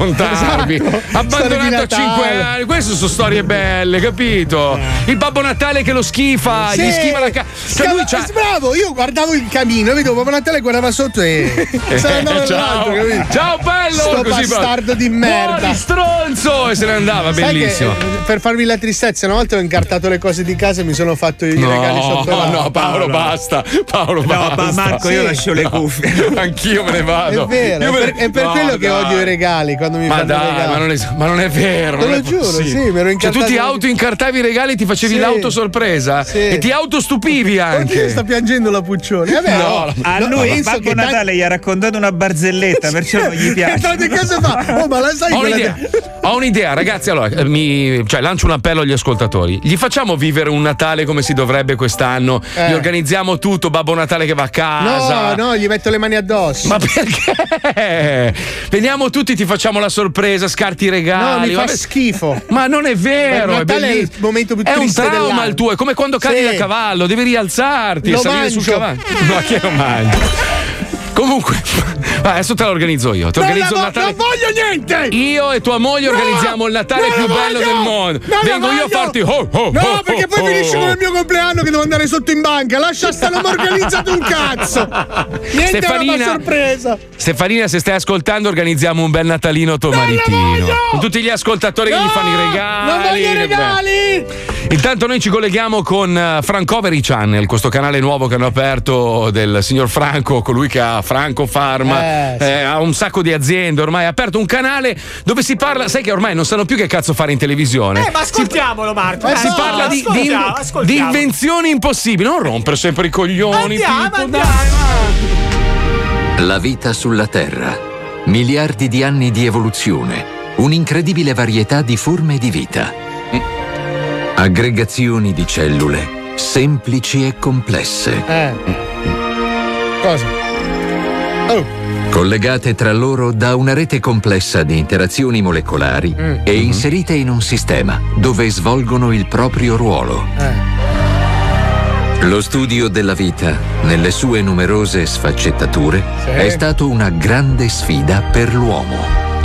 raccontarvi. Abbandonato a 5 anni. Queste sono storie belle, capito? Il Babbo Natale che lo schifa, gli schifa la casa. Cioè lui bravo, io guardavo il camino, vedo Babbo Natale guardava sotto e ciao, ciao bello. Sto bastardo di merda. Buoni stronzo. E se ne andava, bellissimo. Per farvi la tristezza, una volta ho incartato le cose di casa e mi sono fatto i regali sotto la. No, Paolo, basta. Paolo, basta. Ma Marco, io lascio le cuffie. Anch'io me ne vado. È vero, è per quello che odio i regali quando mi fanno i regali. Ma non è vero. Te lo giuro, sì, mi ero incartato. Cioè, tu ti auto-incartavi i regali e ti facevi l'auto sorpresa e ti autostupivi anche. Oddio, sta piangendo la Puccioni. Vabbè, a lui Babbo Natale gli ha raccontato una barzelletta, perciò non gli piace. Cosa fa? Oh, ma la sai Ho un'idea, ragazzi. Allora, lancio un appello agli ascoltatori. Gli facciamo vivere un Natale come si dovrebbe quest'anno. Gli organizziamo tutto, Babbo Natale che va a casa. No, gli metto le mani addosso. Ma perché? Veniamo tutti, ti facciamo la sorpresa, scarti i regali. No, mi fa schifo. Ma non è vero. Natale è il momento più triste dell'anno. È un trauma il tuo, è come quando cadi da cavallo, devi rialzarti e salire sul cavallo. Ma che lo mangi? Comunque, adesso te lo organizzo io. Ti organizzo il Natale. Non voglio niente! Io e tua moglie organizziamo il Natale più bello del mondo. Vengo io a farti No, perché poi finisce come il mio compleanno che devo andare sotto in banca. Lascia stare, non mi ho organizzato un cazzo. Niente, roba sorpresa. Stefanina, se stai ascoltando, organizziamo un bel Natalino a tuo maritino. Con tutti gli ascoltatori che gli fanno i regali. Non voglio regali! Intanto noi ci colleghiamo con Francovery Channel, questo canale nuovo che hanno aperto del signor Franco, colui che ha Franco Pharma, ha un sacco di aziende, ormai ha aperto un canale dove si parla, sai che ormai non sanno più che cazzo fare in televisione. Ma ascoltiamolo Marco. Si parla di invenzioni impossibili, non rompere sempre i coglioni. Andiamo. La vita sulla Terra, miliardi di anni di evoluzione, un'incredibile varietà di forme di vita. Aggregazioni di cellule, semplici e complesse. Cosa? Collegate tra loro da una rete complessa di interazioni molecolari e inserite in un sistema dove svolgono il proprio ruolo. Lo studio della vita, nelle sue numerose sfaccettature, è stato una grande sfida per l'uomo.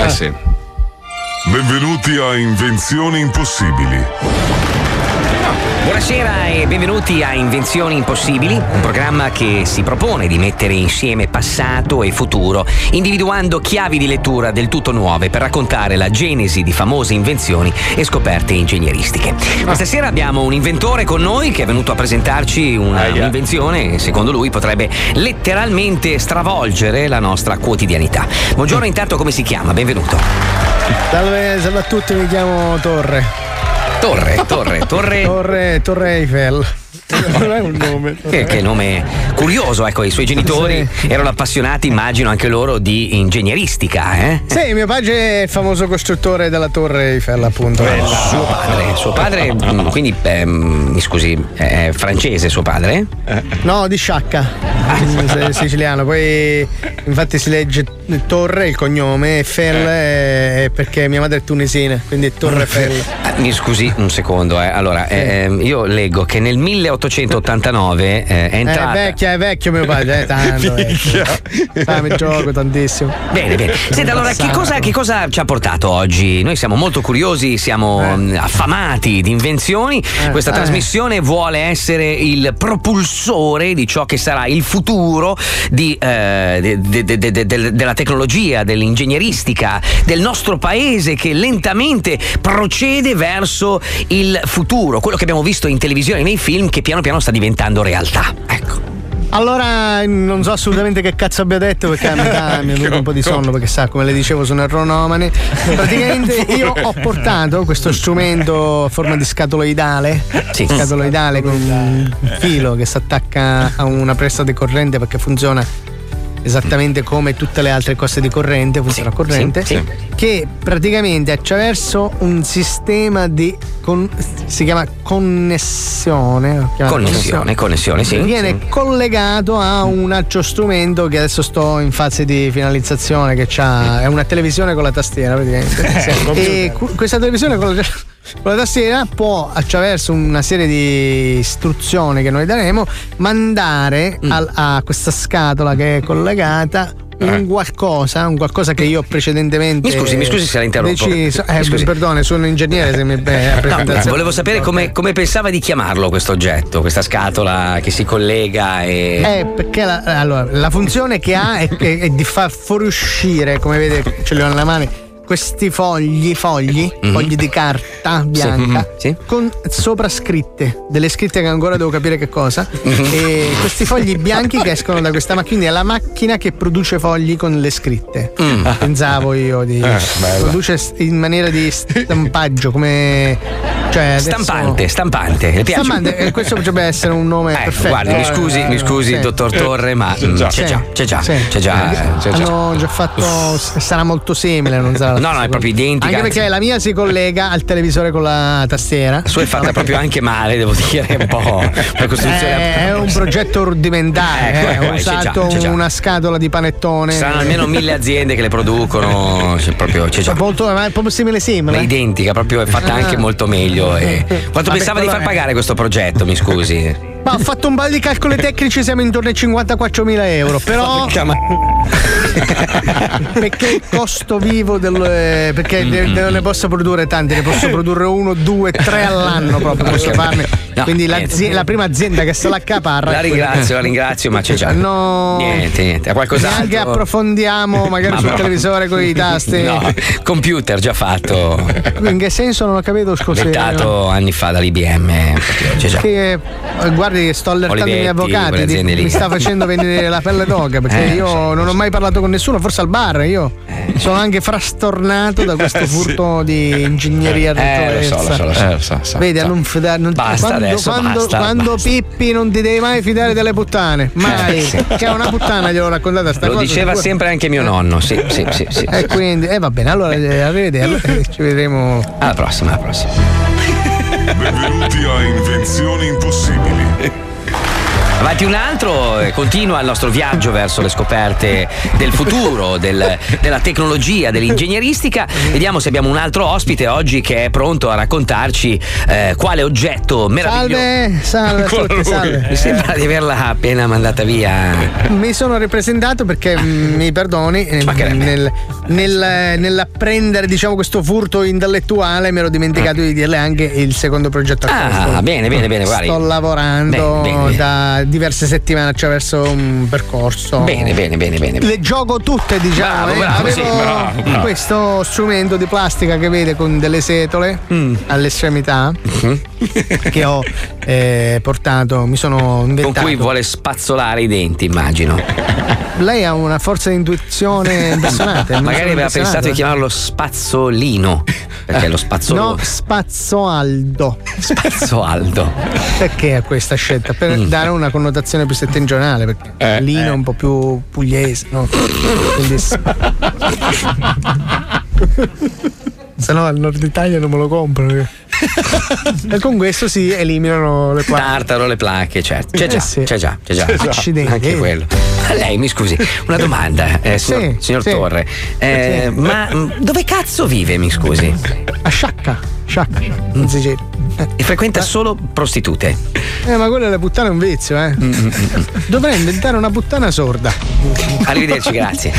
Benvenuti a Invenzioni Impossibili. Buonasera e benvenuti a Invenzioni Impossibili, un programma che si propone di mettere insieme passato e futuro, individuando chiavi di lettura del tutto nuove per raccontare la genesi di famose invenzioni e scoperte ingegneristiche. Questa sera abbiamo un inventore con noi che è venuto a presentarci un'invenzione che secondo lui potrebbe letteralmente stravolgere la nostra quotidianità. Buongiorno, intanto come si chiama? Benvenuto. Salve a tutti, mi chiamo Torre Eiffel. Non è un nome. Che nome curioso, ecco, i suoi genitori erano appassionati, immagino anche loro, di ingegneristica, Sì, mio padre è il famoso costruttore della Torre Eiffel, appunto. Suo padre, quindi mi scusi, è francese suo padre? No, di Sciacca, siciliano. Poi infatti si legge Torre, il cognome, Eiffel è perché mia madre è tunisina, quindi Torre Eiffel. Mi scusi un secondo, allora io leggo che nel 1889 è entrata. È vecchio mio padre, tanto. Mi gioco tantissimo. Bene. Senta, allora che cosa ci ha portato oggi? Noi siamo molto curiosi, siamo affamati di invenzioni. Questa trasmissione vuole essere il propulsore di ciò che sarà il futuro della tecnologia, dell'ingegneristica del nostro paese, che lentamente procede verso il futuro, quello che abbiamo visto in televisione, nei film, che piano piano sta diventando realtà. Ecco. Allora, non so assolutamente che cazzo abbia detto, perché a metà mi è venuto un po' di sonno, perché sa, come le dicevo, sono erronomane. Praticamente io ho portato questo strumento a forma di scatoloidale, scatoloidale con un filo che si attacca a una presa di corrente, perché funziona esattamente come tutte le altre cose di corrente, funziona a corrente, che praticamente attraverso un sistema di si chiama connessione, viene collegato a un altro strumento che adesso sto in fase di finalizzazione, che è una televisione con la tastiera praticamente. E questa televisione con la Con la tastiera può, attraverso una serie di istruzioni che noi daremo, mandare a questa scatola che è collegata un qualcosa che io precedentemente. Mi scusi se la interrompo. Perdone, sono un ingegnere. Se mi volevo sapere come pensava di chiamarlo questo oggetto, questa scatola che si collega perché la funzione che ha è di far fuoriuscire, come vede, ce li ho nella mano, questi fogli di carta bianca con sopra scritte, delle scritte che ancora devo capire che cosa, e questi fogli bianchi che escono da questa macchina, è la macchina che produce fogli con le scritte. Pensavo io produce in maniera di stampaggio, come stampante. Le piace? Stampante, questo potrebbe essere un nome perfetto. Guardi, mi scusi, dottor Torre, ma c'è già. Hanno già fatto, sarà molto simile, non sarà. No, è proprio identica. Anche perché la mia si collega al televisore con la tastiera. La sua è fatta proprio anche male, devo dire, un po'. La costruzione è un progetto rudimentare. Ho usato una scatola di panettone. Saranno almeno 1000 aziende che le producono. C'è proprio è proprio simile. È identica, proprio è fatta anche molto meglio. Quanto pensava di far pagare questo progetto, mi scusi? Ma ho fatto un paio di calcoli tecnici, siamo intorno ai 54.000 euro. Però perché il costo vivo perché non ne posso produrre tanti, ne posso produrre 1, 2, 3 all'anno proprio, posso farne. Quindi la prima azienda che se la accaparra. La ringrazio, ma c'è già. No, niente. A qualcos'altro. Neanche approfondiamo magari sul televisore con i tasti. No, computer già fatto. In che senso non ho capito, scusi. Inventato anni fa dall'IBM. C'è già. Guardi che sto allertando i miei avvocati, mi sta facendo venire la pelle d'oca, perché io non ho mai parlato con nessuno, forse al bar. Io sono anche frastornato da questo furto di ingegneria retroversa. Vedi, non basta. Quando Pippi non ti devi mai fidare delle puttane, mai. Che è una puttana, gliel'ho raccontata sta cosa. Lo diceva sempre anche mio nonno, sì. E quindi va bene, allora arrivederci, ci vedremo alla prossima. Benvenuti a Invenzioni Impossibili. Avanti un altro, continua il nostro viaggio verso le scoperte del futuro, della tecnologia, dell'ingegneristica. Vediamo se abbiamo un altro ospite oggi che è pronto a raccontarci quale oggetto meraviglioso. Salve. Mi sembra di averla appena mandata via. Mi sono ripresentato perché, mi perdoni, nell'apprendere questo furto intellettuale mi ero dimenticato di dirle anche il secondo progetto a costo. Bene, guardi. Sto lavorando bene. Da diverse settimane attraverso un percorso. Bene. Le gioco tutte, diciamo. Bravo. Questo strumento di plastica che vede con delle setole all'estremità che ho portato, mi sono inventato. Con cui vuole spazzolare i denti, immagino. Lei ha una forza di intuizione impressionante. Magari aveva pensato di chiamarlo spazzolino, perché lo spazzolone. No, Spazzoaldo. Perché ha questa scelta? Per dare una connotazione più settentrionale, perché Lino è un po' più pugliese, no? Quindi se no al nord Italia non me lo comprano. E con questo si eliminano le placche. Tartaro, le placche, certo. C'è già. Accidenti. Anche quello. A lei, mi scusi, una domanda, signor Torre. Ma dove cazzo vive, mi scusi? A Sciacca, in Sicilia. E frequenta solo prostitute? Ma quella delle puttane è un vizio, Dovrei inventare una puttana sorda. Arrivederci, grazie.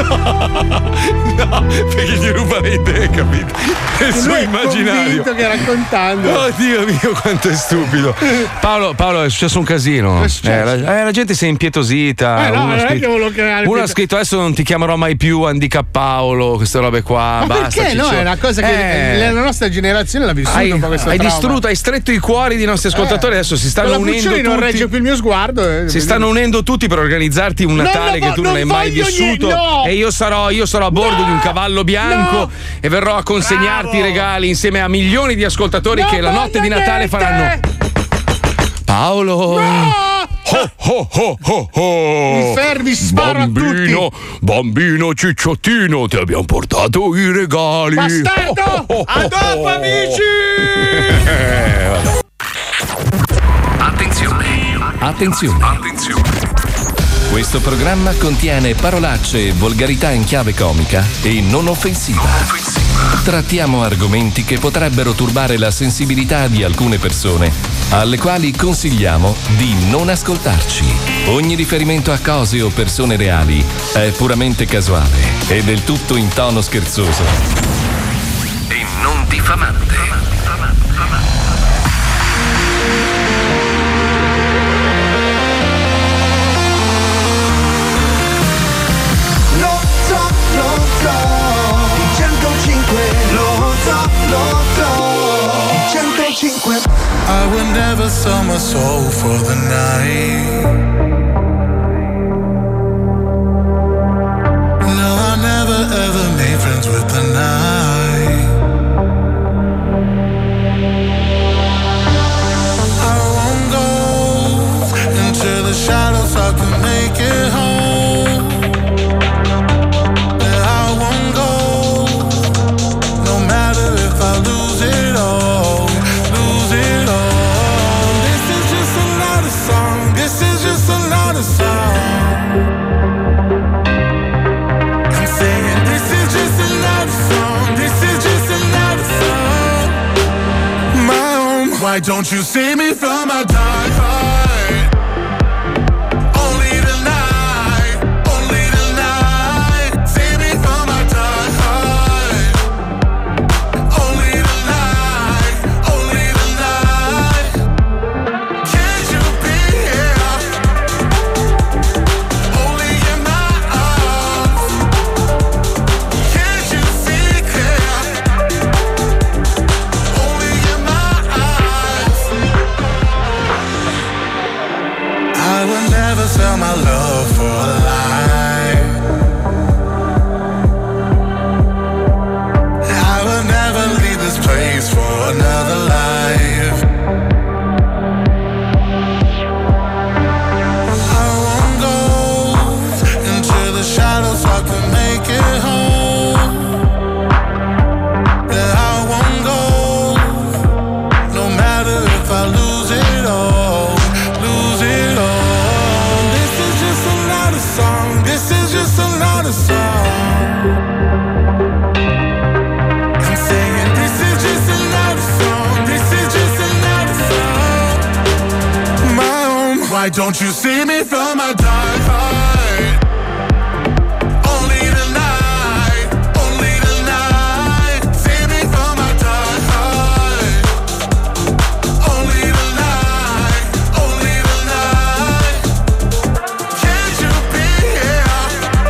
No, perché gli ruba le idee, capito? Nel suo immaginario. Che raccontando. Oh Dio mio, quanto è stupido. Paolo, è successo un casino. La gente si è impietosita. Uno ha scritto: adesso non ti chiamerò mai più Handicap Paolo, queste robe qua. Ma basta. Perché no? È una cosa che la nostra generazione l'ha vissuta un po' questo trauma. Hai stretto i cuori dei nostri ascoltatori. Adesso si stanno unendo tutti. Non regge più il mio sguardo. Si stanno unendo tutti per organizzarti un Natale che tu non hai mai vissuto. E io sarò a bordo di un cavallo bianco e verrò a consegnarti i regali insieme a milioni di ascoltatori che la notte di Natale faranno. Paolo! Fermi, sparo a tutti! Bambino cicciottino, ti abbiamo portato i regali! Bastardo! A dopo, amici! Attenzione! Questo programma contiene parolacce e volgarità in chiave comica e non offensiva. Trattiamo argomenti che potrebbero turbare la sensibilità di alcune persone, alle quali consigliamo di non ascoltarci. Ogni riferimento a cose o persone reali è puramente casuale e del tutto in tono scherzoso e non diffamante. I would never sell my soul for the night. No, I never ever made friends with the night. I won't go into the shadows so I can make it home. Yeah, I won't go, no matter if I lose it all. Why don't you save me from my dark heart? Only tonight, only tonight. Save me from my dark heart. Only tonight, only tonight. Can't you be here? Only in my arms. Can't you see clear? Only in my eyes. I would never sell my love for a lie. I would never leave this place for another life. I won't go into the shadows so I can make it home. Yeah, I won't go, no matter if I lose it all. Lose it all. This is just another song. This is just another song. I'm saying this is just another song. This is just another song. My own. Why don't you see me from my dark heart? Only tonight, only tonight. See me from my dark heart. Only tonight, only tonight. Can't you be here?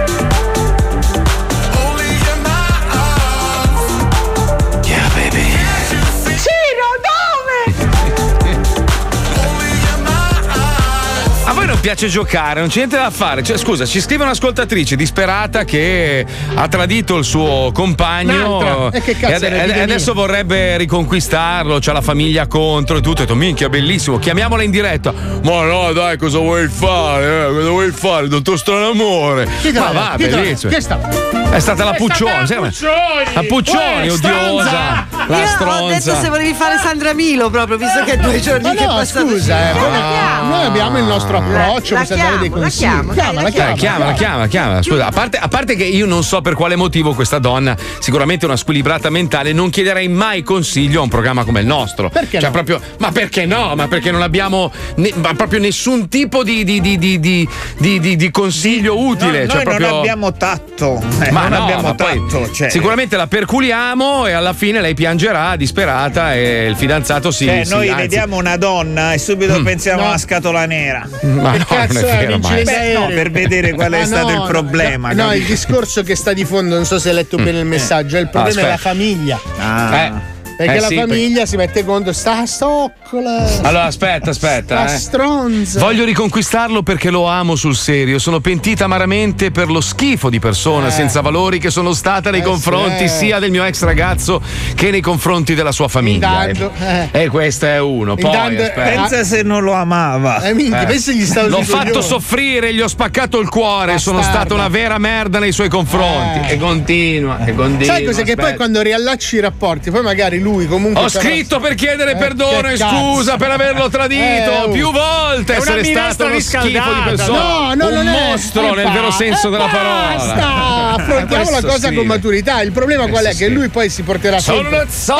Only in my arms. Yeah, baby. Ciro, dove? A voi non piace giocare, non c'è niente da fare. Cioè, scusa, ci scrive un'ascoltatrice disperata che ha tradito il suo compagno Un'altra. E che cazzo e adesso vorrebbe riconquistarlo, c'ha la famiglia contro e tutto. Ho detto, minchia, bellissimo, chiamiamola in diretta. Ma no, dai, cosa vuoi fare? Cosa vuoi fare, dottor Stranamore? Ma va, bellissimo. Chi è stato? È stata la Puccioni. La Puccioni, odiosa. La Io ho stronza. detto se volevi fare Sandra Milo proprio, visto che è 2 giorni Ma che è no, passato. scusa, noi abbiamo il nostro approccio, La possiamo dare dei chiamo, la consigli. chiamo, dai, Chiamala. Scusa, a parte che io non so per quale motivo questa donna, sicuramente una squilibrata mentale, non chiederei mai consiglio a un programma come il nostro. Perché cioè, no? proprio, ma perché no? Ma perché non abbiamo proprio nessun tipo di consiglio utile. No, cioè, noi proprio... non abbiamo tatto. Ma non no, abbiamo ma poi tatto. Cioè... Sicuramente la perculiamo e alla fine lei piangerà disperata e il fidanzato si. noi anzi, vediamo una donna e subito pensiamo alla scatola nera. Ma no, cazzo non è vero, mai. No, per vedere qual è stato il problema. No, capito? il discorso che sta di fondo, non so se hai letto bene il messaggio, il problema è la famiglia. Perché la famiglia si mette conto, sta stoccola. Allora, aspetta. Sta stronza. Voglio riconquistarlo perché lo amo sul serio. Sono pentita amaramente per lo schifo di persona senza valori che sono stata nei confronti sia del mio ex ragazzo che nei confronti della sua famiglia. E questo è uno. Poi aspetta. Pensa se non lo amava. Pensa gli stavo L'ho sui fatto coglioni. soffrire, gli ho spaccato il cuore. Sono stata una vera merda nei suoi confronti. E continua. Sai cos'è? Che poi quando riallacci i rapporti, poi magari lui comunque. Ho scritto per chiedere perdono e scusa per averlo tradito più volte. Essere stato uno schifo di persona. Un mostro nel vero senso della parola. Basta, affrontiamo la cosa con maturità. Il problema qual è? Che lui poi si porterà sempre. Sono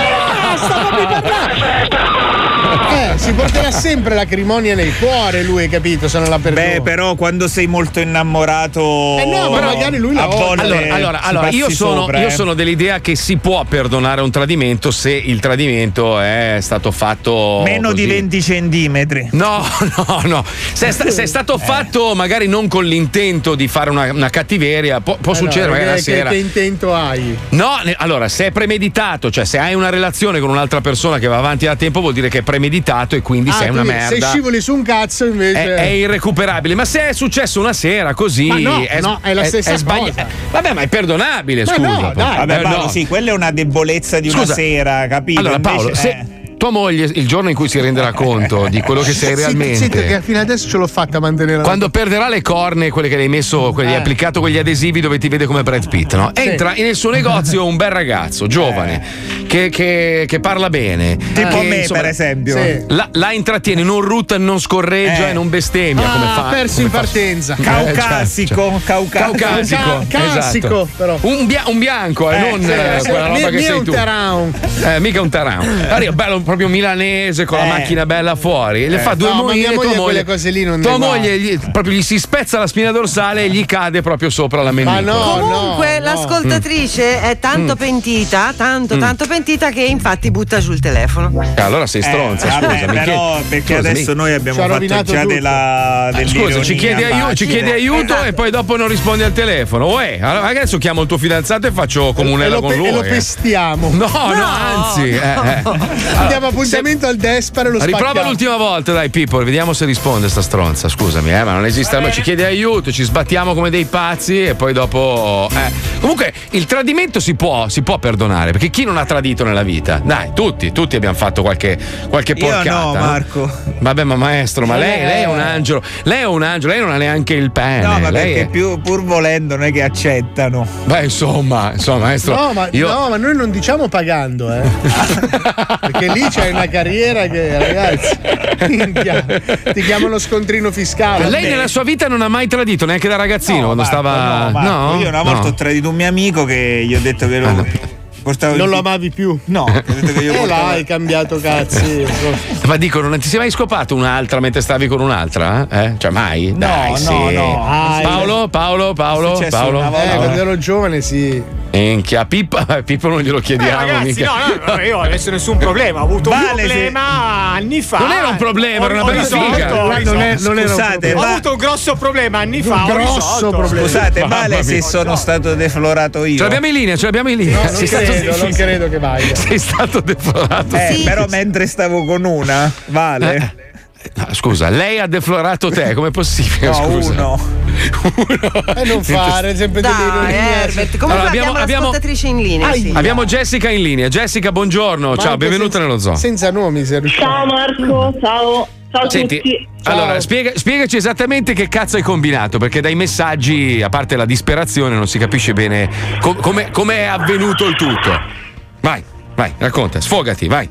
si porterà sempre l'acrimonia nel cuore, lui, capito? Se non la perdona. Beh, però quando sei molto innamorato. No, ma magari lui la allora, io sono dell'idea che si può perdonare un tradimento se il tradimento è stato fatto meno così. Di 20 centimetri. No. Se è stato fatto magari non con l'intento di fare una cattiveria, può succedere magari una sera. Che intento hai? No, allora, se è premeditato, cioè se hai una relazione con un'altra persona che va avanti da tempo, vuol dire che è premeditato e quindi sei una merda. Se scivoli su un cazzo invece è irrecuperabile. Ma se è successo una sera così, è la stessa cosa. Vabbè, ma è perdonabile, scusa. No, dai. Vabbè, Paolo, sì, quella è una debolezza di una sera, capito? Allora, Paolo, invece, tua moglie il giorno in cui si renderà conto di quello che sei realmente. Sì, che fino adesso ce l'ho fatta mantenere. Quando perderà le corne, quelle che le hai messo, hai applicato quegli adesivi dove ti vede come Brad Pitt, no? Entra nel suo negozio un bel ragazzo giovane che parla bene. Tipo me, insomma, per esempio. Sì. La intrattiene, non rutta, non scorreggia e non bestemmia. Come fa? Perso in partenza. Caucasico. Esatto. Però. Un bianco, non quella roba che sei tu. Mica un tarao. Bello, proprio milanese con la macchina bella fuori. Le fa due moine. Tua moglie quelle cose lì non tua moglie proprio gli si spezza la spina dorsale e gli cade proprio sopra la mendicola. Comunque l'ascoltatrice è tanto pentita, tanto pentita che infatti butta giù il telefono. Allora sei stronza, scusami. Però perché adesso noi abbiamo fatto già scusa, ci chiedi aiuto e poi dopo non rispondi al telefono. Adesso chiamo il tuo fidanzato e faccio comunella con lui. E lo pestiamo. No, anzi. Diamo appuntamento al Despero e lo spacchiamo. Riprova l'ultima volta, dai, Pippo, vediamo se risponde sta stronza. Scusami, ma non esiste. Ci chiede aiuto, ci sbattiamo come dei pazzi e poi dopo. Comunque, il tradimento si può perdonare, perché chi non ha tradito nella vita? Dai, tutti abbiamo fatto qualche porcata. Io no, Marco. Vabbè, ma maestro, ma lei è un angelo. Lei è un angelo, lei non ha neanche il pene. No, ma lei perché pur volendo non è che accettano. Beh, insomma, maestro. No, ma noi non diciamo pagando, perché lì c'è una carriera che, ragazzi, ti chiamano scontrino fiscale. Lei nella sua vita non ha mai tradito, neanche da ragazzino, quando stava. No, io una volta ho tradito un mio amico che gli ho detto che non lo amavi più? No, ho detto che io hai cambiato cazzi. Ma dico, non ti sei mai scopato un'altra mentre stavi con un'altra? Cioè mai? Dai, no. Paolo. Quando ero giovane, sì. Minchia, Pippo non glielo chiediamo. Ragazzi, no, io adesso nessun problema. Ho avuto un problema anni fa. Non era un problema, era una bella figa. Scusate, ho avuto un grosso problema anni fa. Scusate, male se sono stato deflorato io. Ce l'abbiamo in linea. Non credo che vai. Sei stato deflorato. Però mentre stavo con una, vale. No, scusa, lei ha deflorato te, com'è possibile? No, scusa. uno. Non fare sempre delle ironie. Comunque abbiamo l'ascoltatrice in linea. Sì. Abbiamo Jessica in linea. Jessica, buongiorno. Ciao, benvenuta nello zoo. Senza nomi, se riusciamo. Ciao Marco, ciao a tutti. Ciao. Allora, spiegaci esattamente che cazzo hai combinato, perché dai messaggi, a parte la disperazione, non si capisce bene come è avvenuto il tutto. Vai, racconta, sfogati, vai.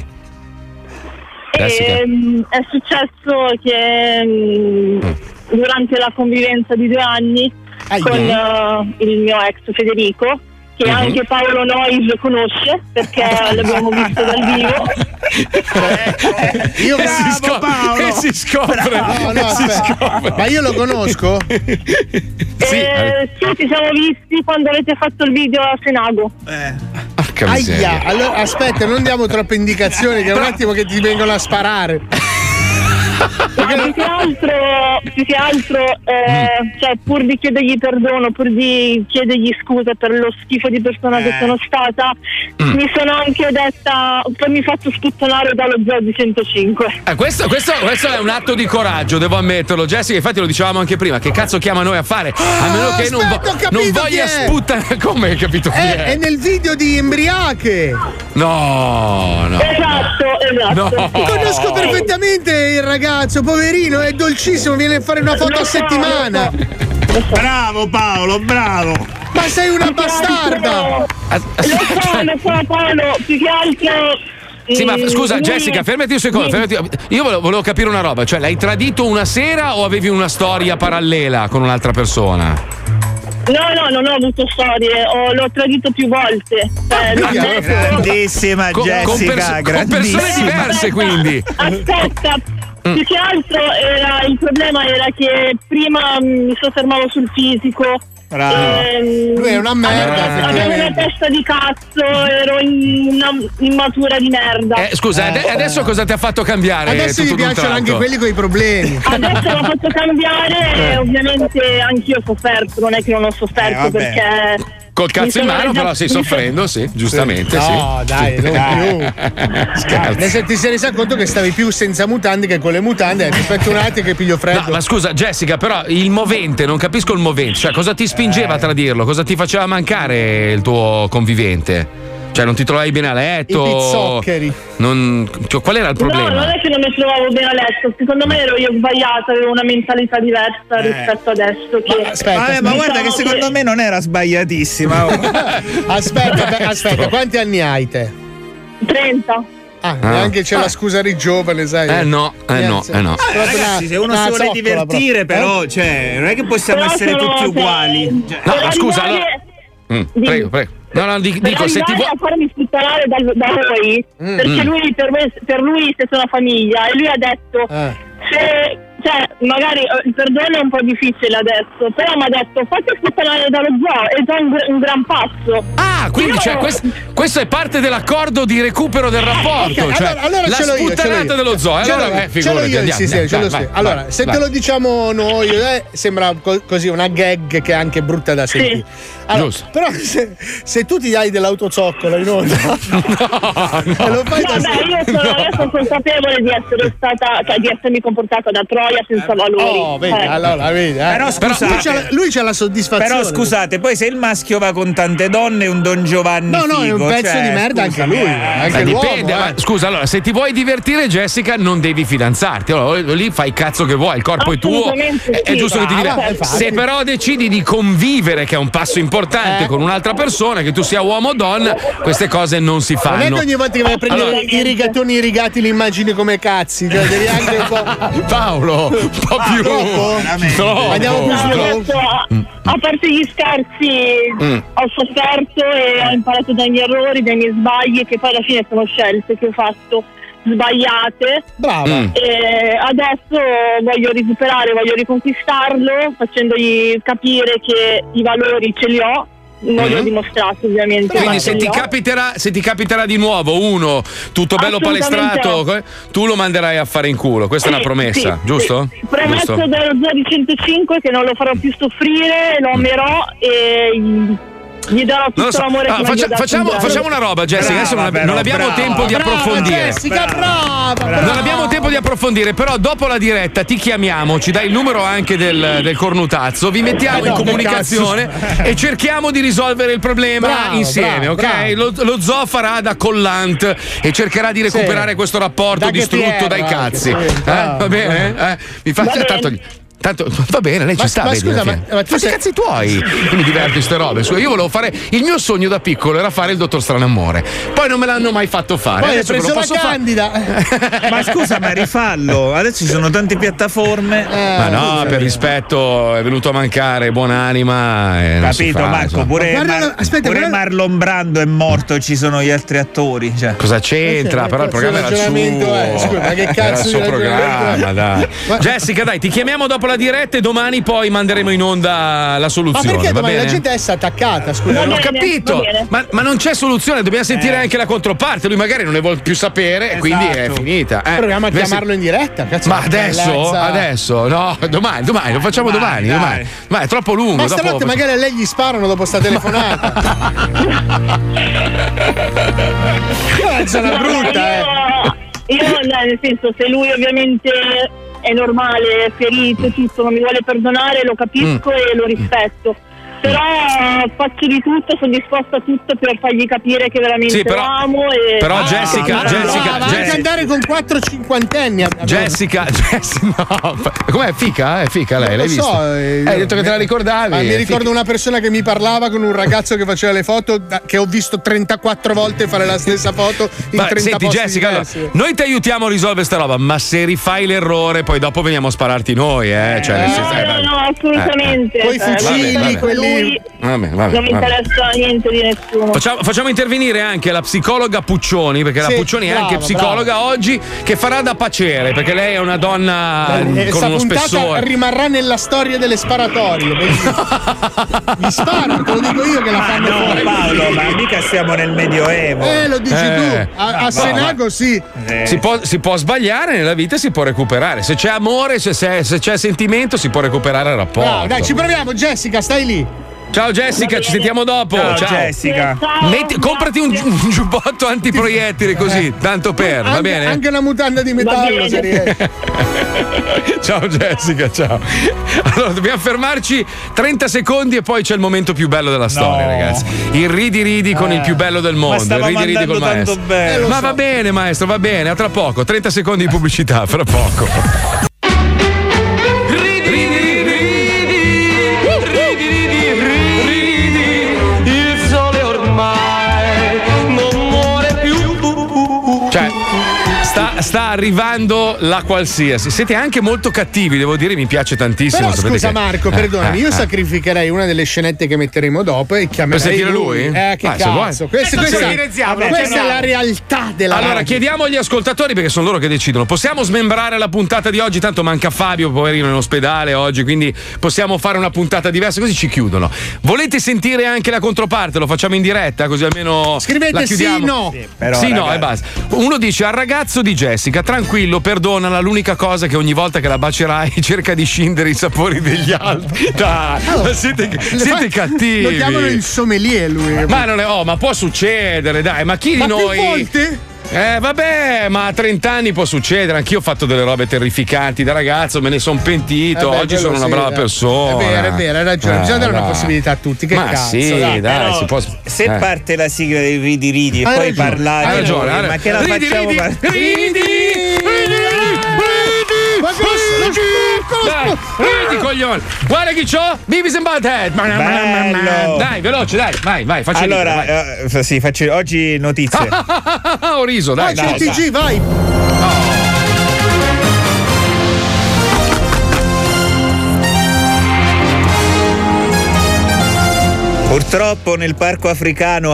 È successo che durante la convivenza di 2 anni con il mio ex Federico, che anche Paolo Noyes conosce perché l'abbiamo visto dal vivo. Io si scopre. Ma io lo conosco? Sì, ci siamo visti quando avete fatto il video a Senago. Aia, allora aspetta, non diamo troppe indicazioni, che è un attimo che ti vengono a sparare. Più che altro cioè, pur di chiedergli perdono, pur di chiedergli scusa per lo schifo di persona che sono stata, mi sono anche detta, poi mi faccio sputtanare dallo zoo di 105. Questo è un atto di coraggio, devo ammetterlo, Jessica. Infatti lo dicevamo anche prima, che cazzo chiama noi a fare? A meno che non voglia sputtanare. Come hai capito chi è? È nel video di Embriache. No. Esatto. No. Conosco perfettamente il ragazzo, poverino, è dolcissimo, viene a fare una foto a settimana. Bravo Paolo, bravo. Ma sei una bastarda. Lo so Paolo, più che altro. Sì, ma scusa, Jessica, fermati un secondo. Io volevo capire una roba, cioè l'hai tradito una sera o avevi una storia parallela con un'altra persona? No, non ho avuto storie, l'ho tradito più volte. Grandissima Jessica, con persone diverse, quindi. Aspetta, più che altro il problema era che prima mi soffermavo sul fisico. Lui è una merda. Avevo una testa di cazzo, ero immatura di merda. Scusa, adesso cosa ti ha fatto cambiare? Adesso gli piacciono anche quelli con i problemi. Adesso l'ho fatto cambiare e ovviamente anch'io ho sofferto, non è che non ho sofferto perché. Col cazzo in mano, però stai soffrendo, sì, giustamente. No, dai, non più. Adesso ti sei reso conto che stavi più senza mutande che con le mutande. Aspetta un attimo che piglio freddo. No, ma scusa, Jessica, però il movente, non capisco il movente. Cioè, cosa ti spingeva a tradirlo? Cosa ti faceva mancare il tuo convivente? Cioè, non ti trovavi bene a letto? I pizzoccheri. Qual era il problema? No, non è che non mi trovavo bene a letto. Secondo me ero io sbagliata, avevo una mentalità diversa rispetto adesso. Ma guarda che secondo me non era sbagliatissima. Aspetta, quanti anni hai te? 30. Neanche c'è la scusa eri giovane, sai? No. Ragazzi, se uno si vuole divertire, però, cioè, non è che possiamo essere tutti uguali. No, ma scusa, allora. Prego. No, dico, se ti vuoi a farmi sputtanare da voi, perché lui per lui siete una famiglia e lui ha detto cioè magari il perdono è un po' difficile adesso, però mi ha detto fatti sputtanare dallo zoo, è già un gran passo. Quindi cioè, questo è parte dell'accordo di recupero del rapporto, okay, cioè allora la sputtanata dello zoo. Allora figurati, allora se te lo diciamo noi sembra così una gag che è anche brutta da sentire. Allora, giusto. Però se tu ti dai dell'autozoccolo in onda lo fai io sono adesso consapevole di essere stata, cioè di essermi comportata da troia senza valori. Vedi, allora vedi. Però scusate, lui c'ha la soddisfazione. Però scusate, poi se il maschio va con tante donne è un Don Giovanni No, è un pezzo di merda anche lui. Anche dipende. Ma, scusa, allora, se ti vuoi divertire, Jessica, non devi fidanzarti. Allora, lì fai il cazzo che vuoi, il corpo è tuo. È giusto che ti diverti. Se però decidi di convivere, che è un passo importante con un'altra persona, che tu sia uomo o donna, queste cose non si fanno. Non è che ogni volta che vai a prendere i rigatoni irrigati li immagini come cazzi, cioè devi anche un po'. Paolo, un po' più. Troppo? Andiamo più slow. A parte gli scherzi, ho sofferto e ho imparato dai miei errori, dai miei sbagli, che poi alla fine sono scelte che ho fatto sbagliate. Brava. E adesso voglio recuperare, voglio riconquistarlo, facendogli capire che i valori ce li ho. Non li ho dimostrati, ovviamente. Quindi se ti capiterà di nuovo uno tutto bello palestrato, tu lo manderai a fare in culo. Questa è una promessa, giusto? Sì. Prometto dallo 0-105 che non lo farò più soffrire, lo amerò e gli darò tutto l'amore che facciamo una roba, Jessica. Adesso non abbiamo tempo di approfondire. Jessica, brava. Non abbiamo tempo di approfondire, però dopo la diretta ti chiamiamo, ci dai il numero anche del cornutazzo, vi mettiamo in comunicazione e cerchiamo di risolvere il problema insieme, ok? Lo zoo farà da collant e cercherà di recuperare questo rapporto distrutto dai cazzi. Va bene? Mi faccia tanto va bene, lei ci sta. Ma scusa, ma tu sei cazzi tuoi. Mi diverto queste robe. Io volevo fare. Il mio sogno da piccolo era fare il dottor Stranamore. Poi non me l'hanno mai fatto fare. Poi hai preso la candida. Ma scusa, ma rifallo. Adesso ci sono tante piattaforme. Ma no, per rispetto, è venuto a mancare buonanima. Capito, Marco? Pure Marlon Brando è morto e ci sono gli altri attori. Cioè. Cosa c'entra? Però il programma era il suo. Scusa, ma che cazzo era il suo programma, dai. Jessica, dai, ti chiamiamo dopo la diretta e domani poi manderemo in onda la soluzione. Ma perché domani la gente è attaccata? Scusa, non ho capito. Ma non c'è soluzione, dobbiamo sentire anche la controparte. Lui magari non ne vuole più sapere, quindi è finita. Proviamo a chiamarlo in diretta. Cazzo, ma adesso? No, domani, lo facciamo domani. Ma è troppo lungo. Ma stanotte magari a lei gli sparano dopo sta telefonata. È una brutta, Io nel senso, se lui ovviamente è normale, è ferito e tutto, non mi vuole perdonare, lo capisco e lo rispetto. Però faccio di tutto, sono disposta a tutto per fargli capire che veramente lo amo. Però Jessica, va anche andare con 4 cinquantenni. Jessica, no. Com'è? Fica? È fica lei? L'hai vista? Hai detto che te la ricordavi. Mi ricordo una persona che mi parlava con un ragazzo che faceva le foto che ho visto 34 volte fare la stessa foto in 30 senti, posti Jessica, allora, noi ti aiutiamo a risolvere sta roba, ma se rifai l'errore poi dopo veniamo a spararti noi, cioè, no, assolutamente. Poi fucili, quelli. Non mi interessa niente di nessuno. Facciamo intervenire anche la psicologa Puccioni, perché la Puccioni è anche psicologa oggi, che farà da pacere, perché lei è una donna con uno spessore. Rimarrà nella storia delle sparatorie. Mi sparano, te lo dico io che la fanno fuori. Paolo, ma mica siamo nel Medioevo. Lo dici tu. A Senago sì. Si può sbagliare nella vita e si può recuperare. Se c'è amore, se c'è sentimento, si può recuperare il rapporto. Bravo, dai, ci proviamo, Jessica, stai lì. Ciao Jessica, ci sentiamo dopo. Ciao. Jessica. Comprati un giubbotto antiproiettile così, tanto per, va bene? Anche una mutanda di metallo se riesci. Ciao Jessica, ciao. Allora, dobbiamo fermarci 30 secondi e poi c'è il momento più bello della storia, ragazzi. Il ridi con il più bello del mondo. Il ridi col maestro. Ma va bene, maestro, va bene, a tra poco. 30 secondi di pubblicità, fra poco. Sta arrivando la qualsiasi. Siete anche molto cattivi, devo dire, mi piace tantissimo. Però scusa Marco, perdonami, io sacrificherei una delle scenette che metteremo dopo e chiamerei per sentire lui? Che cazzo. Questa è la realtà della Allora, radio. chiediamo agli ascoltatori, perché sono loro che decidono. Possiamo smembrare la puntata di oggi? Tanto manca Fabio, poverino, in ospedale oggi, quindi possiamo fare una puntata diversa, così ci chiudono. Volete sentire anche la controparte? Lo facciamo in diretta, così almeno scrivete la chiudiamo. sì, no. Sì, no, e basta. Uno dice al ragazzo di Jessica, tranquillo, perdonala, l'unica cosa che ogni volta che la bacierai cerca di scindere i sapori degli altri. Dai, ma siete cattivi. Lo chiamano il sommelier lui. Ma non è, ma può succedere, dai, ma chi di noi? Più volte? Vabbè, ma a 30 anni può succedere. Anch'io ho fatto delle robe terrificanti da ragazzo, me ne sono pentito. Oggi sono una brava persona. È vero, hai ragione. Bisogna dare una possibilità a tutti. Che cazzo? Sì, dai, si può. Se parte la sigla dei ridi e poi parlare. Hai ragione, ma che la facciamo Ridi, coglione. Guarda chi c'ho, Beavis and Butthead. Dai, veloce, dai, vai, faccio. Allora, faccio oggi notizie. Ho riso, dai. C'è il TG, vai. Purtroppo nel parco africano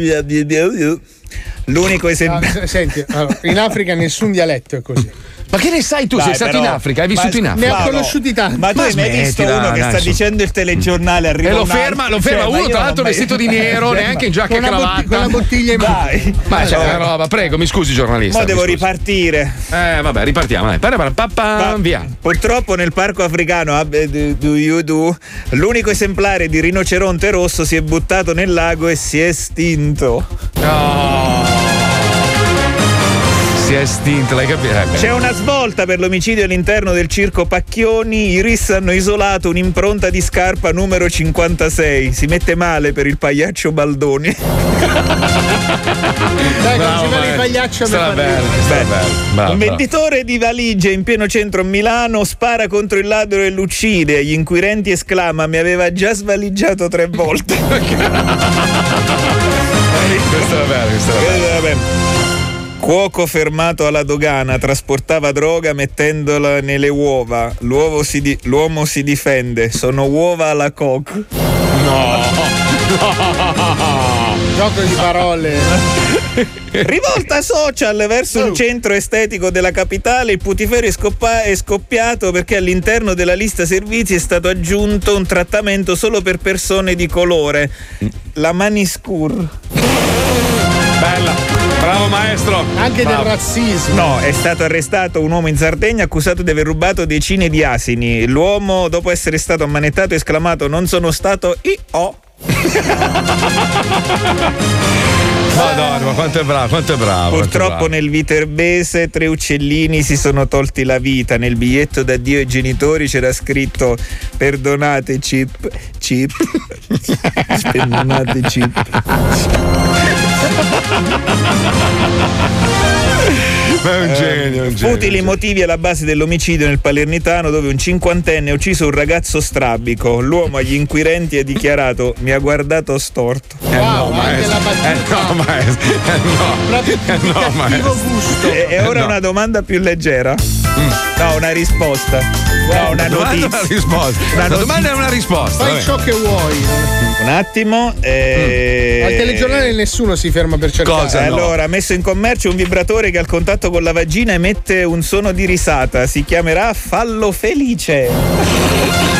l'unico esempio. Senti, allora, in Africa nessun dialetto è così. Ma che ne sai tu? Sei stato in Africa? Hai vissuto in Africa? Ne ho conosciuti tanti. Ma tu hai mai visto uno che sta dicendo il telegiornale arriva e lo ferma uno tra l'altro vestito di nero, neanche in giacca e cravatta, con la bottiglia in mano. Ma c'è una roba, prego, mi scusi giornalista. Ma devo ripartire. Vabbè, ripartiamo, via. Purtroppo nel parco africano l'unico esemplare di rinoceronte rosso si è buttato nel lago e si è estinto. Si è estinto, l'hai capito? C'è una svolta per l'omicidio all'interno del circo Pacchioni. I RIS hanno isolato un'impronta di scarpa numero 56. Si mette male per il pagliaccio Baldoni. Dai, non ci vale il pagliaccio. Sta bello. Un venditore di valigie in pieno centro a Milano spara contro il ladro e lo uccide. Gli inquirenti esclama: mi aveva già svaligiato 3 volte. Questo era bello. Cuoco fermato alla dogana, trasportava droga mettendola nelle uova. L'uomo si difende, sono uova alla coque. No. Gioco di parole. Rivolta social verso un centro estetico della capitale. Il putiferio è scoppiato perché all'interno della lista servizi è stato aggiunto un trattamento solo per persone di colore, la Maniscure. Bella. Bravo maestro. Anche del razzismo. No, è stato arrestato un uomo in Sardegna accusato di aver rubato decine di asini. L'uomo, dopo essere stato ammanettato, ha esclamato: non sono stato io. Madonna, ma quanto è bravo. Purtroppo nel viterbese 3 uccellini si sono tolti la vita. Nel biglietto d'addio ai genitori c'era scritto: perdonate Chip. Perdonate Chip. Ma è un genio. Futili motivi alla base dell'omicidio nel Palermitano, dove un 50enne ha ucciso un ragazzo strabico. L'uomo agli inquirenti ha dichiarato: mi ha guardato storto. No, maestro. E ora una domanda più leggera. No, una risposta. No, una notizia. Una risposta. La domanda è una risposta. Fai ciò che vuoi. Un attimo. Al telegiornale nessuno si ferma per cercare. Cosa? Allora, messo in commercio un vibratore che al contatto con la vagina emette un suono di risata. Si chiamerà Fallo Felice.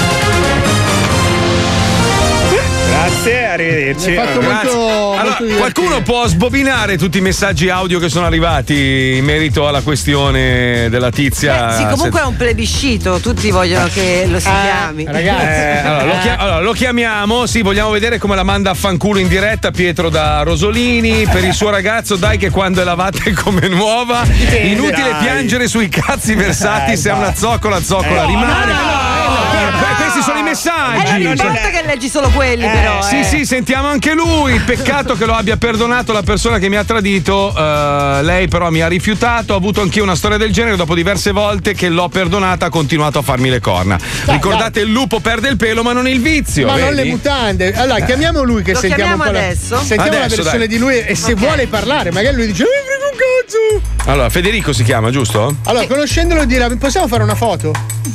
Grazie, arrivederci. Allora, qualcuno può sbobinare tutti i messaggi audio che sono arrivati in merito alla questione della tizia? Sì, comunque è un plebiscito, tutti vogliono che lo si chiami. Ragazzi, allora, lo chiamiamo, sì, vogliamo vedere come la manda a fanculo in diretta Pietro da Rosolini per il suo ragazzo, dai che quando è lavata è come nuova. Inutile piangere sui cazzi versati, se ha una zoccola rimane. Questi sono i messaggi. Non importa che leggi solo quelli, però. Sì, sentiamo anche lui. Peccato che lo abbia perdonato la persona che mi ha tradito. Lei però mi ha rifiutato. Ho avuto anch'io una storia del genere. Dopo diverse volte che l'ho perdonata ha continuato a farmi le corna. Ricordate, il lupo perde il pelo ma non il vizio. Ma vedi? non le mutande. Allora chiamiamo lui che lo sentiamo adesso. Sentiamo la versione dai. di lui e se vuole parlare magari lui dice frega un cazzo. Allora Federico si chiama, giusto? Allora conoscendolo dirà possiamo fare una foto?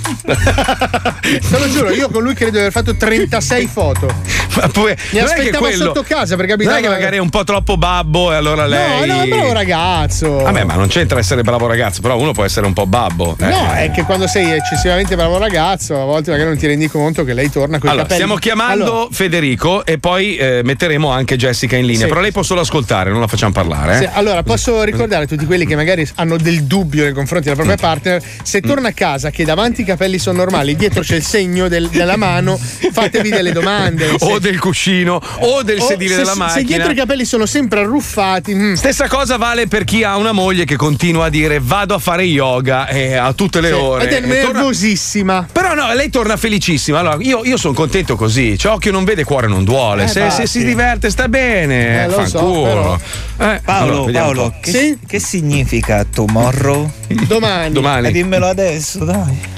Te lo giuro, io con lui credo di aver fatto 36 foto. Ma poi, mi aspettavo sotto casa perché abitava. Non è che magari è un po' troppo babbo e allora lei. No, è bravo ragazzo. Vabbè, ma non c'entra essere bravo ragazzo, però uno può essere un po' babbo. No, è che quando sei eccessivamente bravo ragazzo, a volte magari non ti rendi conto che lei torna con i capelli. Stiamo chiamando Federico e poi metteremo anche Jessica in linea. Sì. Però lei può solo ascoltare, non la facciamo parlare. Sì, allora, posso ricordare a tutti quelli che magari hanno del dubbio nei confronti della propria partner, se torna a casa che davanti i capelli sono normali, dietro c'è il segno della mano, fatevi delle domande. O del cuscino o del sedile della macchina. Se dietro i capelli sono sempre arruffati. Stessa cosa vale per chi ha una moglie che continua a dire vado a fare yoga a tutte le ore. Ed è nervosissima. Però no, lei torna felicissima. Allora io sono contento così. Cioè, occhio non vede, cuore non duole. Se si diverte sta bene. Lo so, Paolo, che significa tomorrow? Domani. Dimmelo adesso, dai.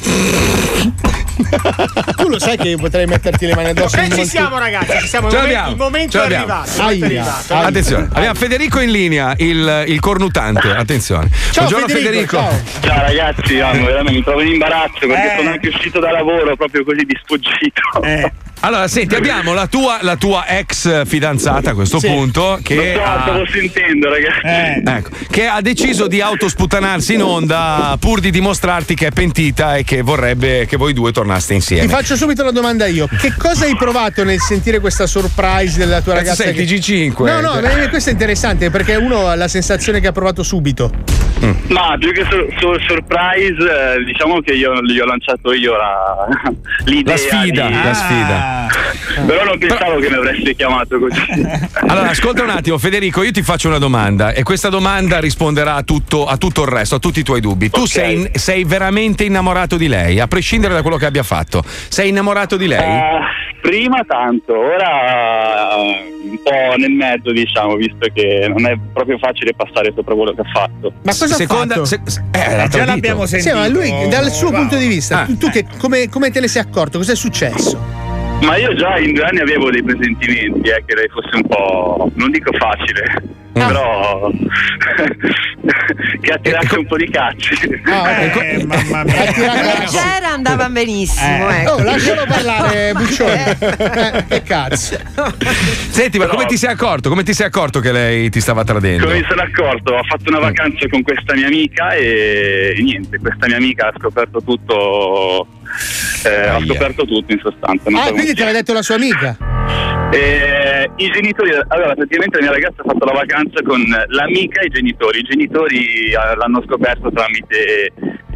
Tu lo sai che io potrei metterti le mani addosso. Ci siamo, ragazzi. Il momento è arrivato. Attenzione, abbiamo Federico in linea, il cornutante. Attenzione. Ciao, buongiorno Federico. Ciao ragazzi, veramente mi trovo in imbarazzo perché sono anche uscito da lavoro proprio così di sfuggito. Allora, senti, abbiamo la tua ex fidanzata a questo punto che stavo sentendo, ragazzi. Ecco, che ha deciso di autosputanarsi in onda pur di dimostrarti che è pentita e che vorrebbe che voi due tornaste insieme. Ti faccio subito la domanda io. Che cosa hai provato nel sentire questa surprise della tua ragazza? Sei TG5. No, questo è interessante perché uno ha la sensazione che ha provato subito. Ma più che surprise, diciamo che io gli ho lanciato io l'idea. La sfida. Però non pensavo che mi avresti chiamato così. Allora, ascolta un attimo, Federico, io ti faccio una domanda e questa domanda risponderà a tutto il resto, a tutti i tuoi dubbi. Tu sei veramente innamorato di lei, a prescindere da quello che abbia fatto. Sei innamorato di lei? Prima tanto, ora un po' nel mezzo, diciamo, visto che non è proprio facile passare sopra quello che ha fatto. Ma cosa ha fatto? Già l'abbiamo sentito. Sì, ma lui, dal suo punto di vista, tu che come te ne sei accorto? Cos'è successo? Ma io già in 2 anni avevo dei presentimenti che lei fosse un po', non dico facile, però che attirasse un po' di cazzi. Mamma mia. Leggera andava benissimo. Lascialo parlare, Buccione. Che cazzo. Senti, ma come ti sei accorto che lei ti stava tradendo? Come mi sono accorto? Ho fatto una vacanza con questa mia amica e niente, questa mia amica ha scoperto tutto. Ha scoperto tutto in sostanza. Quindi te l'ha detto la sua amica? I genitori, allora praticamente la mia ragazza ha fatto la vacanza con l'amica e i genitori. I genitori l'hanno scoperto tramite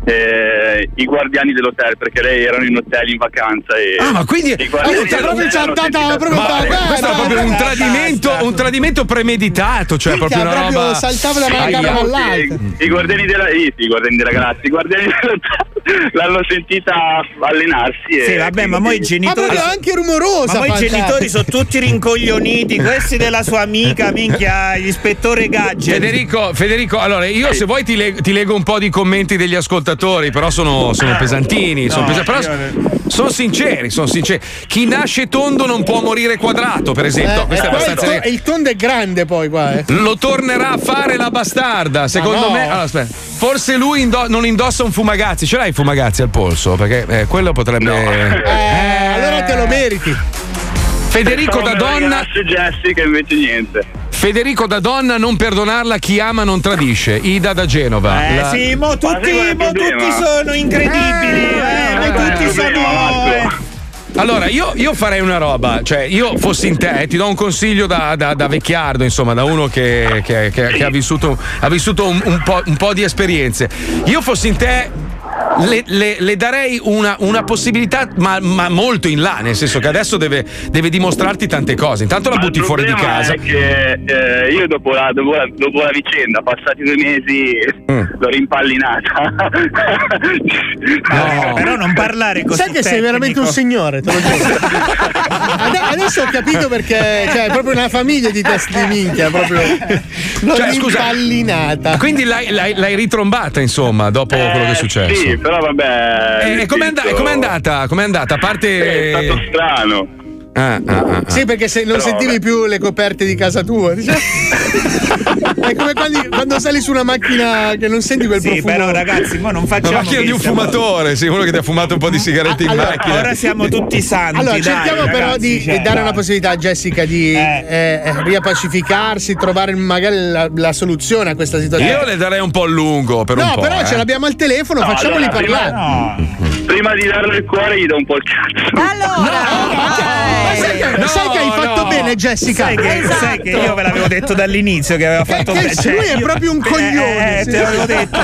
i guardiani dell'hotel, perché lei erano in hotel in vacanza e ma quindi questo è proprio un tradimento premeditato, cioè proprio una roba. Saltava da una camera all'altra. I guardiani della ragazzi, i guardiani l'hanno sentita allenarsi. Sì, vabbè, ma poi i genitori. Anche rumorosa. Ma poi i genitori sono tutti rincoglioniti. Questi della sua amica, minchia, l'ispettore Gadget. Federico, allora io se vuoi ti leggo un po' di commenti degli ascoltatori, però sono pesantini, però sono sinceri. Chi nasce tondo non può morire quadrato, per esempio. Questo è abbastanza. Il tondo è grande poi qua. Lo tornerà a fare la bastarda, secondo me. Allora, aspetta. Forse lui non indossa un fumagazzi. Ce l'hai i fumagazzi al polso? Perché quello potrebbe. Allora te lo meriti. Federico da donna. Jessica invece niente. Federico da donna, non perdonarla, chi ama non tradisce. Ida da Genova. Sì, mo tutti sono incredibili. Tutti sono. Allora, io farei una roba, cioè io fossi in te, ti do un consiglio da vecchiardo, insomma, da uno che ha vissuto un po' di esperienze. Io fossi in te, le darei una possibilità, ma molto in là, nel senso che adesso deve dimostrarti tante cose. Intanto la butti fuori di casa. Il problema è che io dopo la vicenda, passati 2 mesi, l'ho rimpallinata. No, però non parlare così. Sai che sei veramente un signore, te lo giuro. Adesso ho capito perché, cioè, è proprio una famiglia di testi di minchia, proprio l'ho rimpallinata. Quindi l'hai ritrombata, insomma, dopo quello che è successo. Sì, però vabbè. E com'è andata? A parte. È stato strano. Sì, perché se non sentivi più le coperte di casa tua, diciamo. È come quando sali su una macchina che non senti quel profumo. Però ragazzi, ma non facciamo. Una macchina di un fumatore, sì, uno che ti ha fumato un po' di sigarette in macchina. Ora siamo tutti santi. Allora, cerchiamo però di dare una possibilità a Jessica di riappacificarsi, trovare magari la soluzione a questa situazione. Io le darei un po' a lungo per un po'. No, però ce l'abbiamo al telefono, facciamoli parlare. Prima di darle il cuore gli do un po' il cazzo. Sai che hai fatto bene, Jessica? Sai che io ve l'avevo detto dall'inizio che aveva fatto bene. Lui è proprio un coglione. Te l'avevo detto.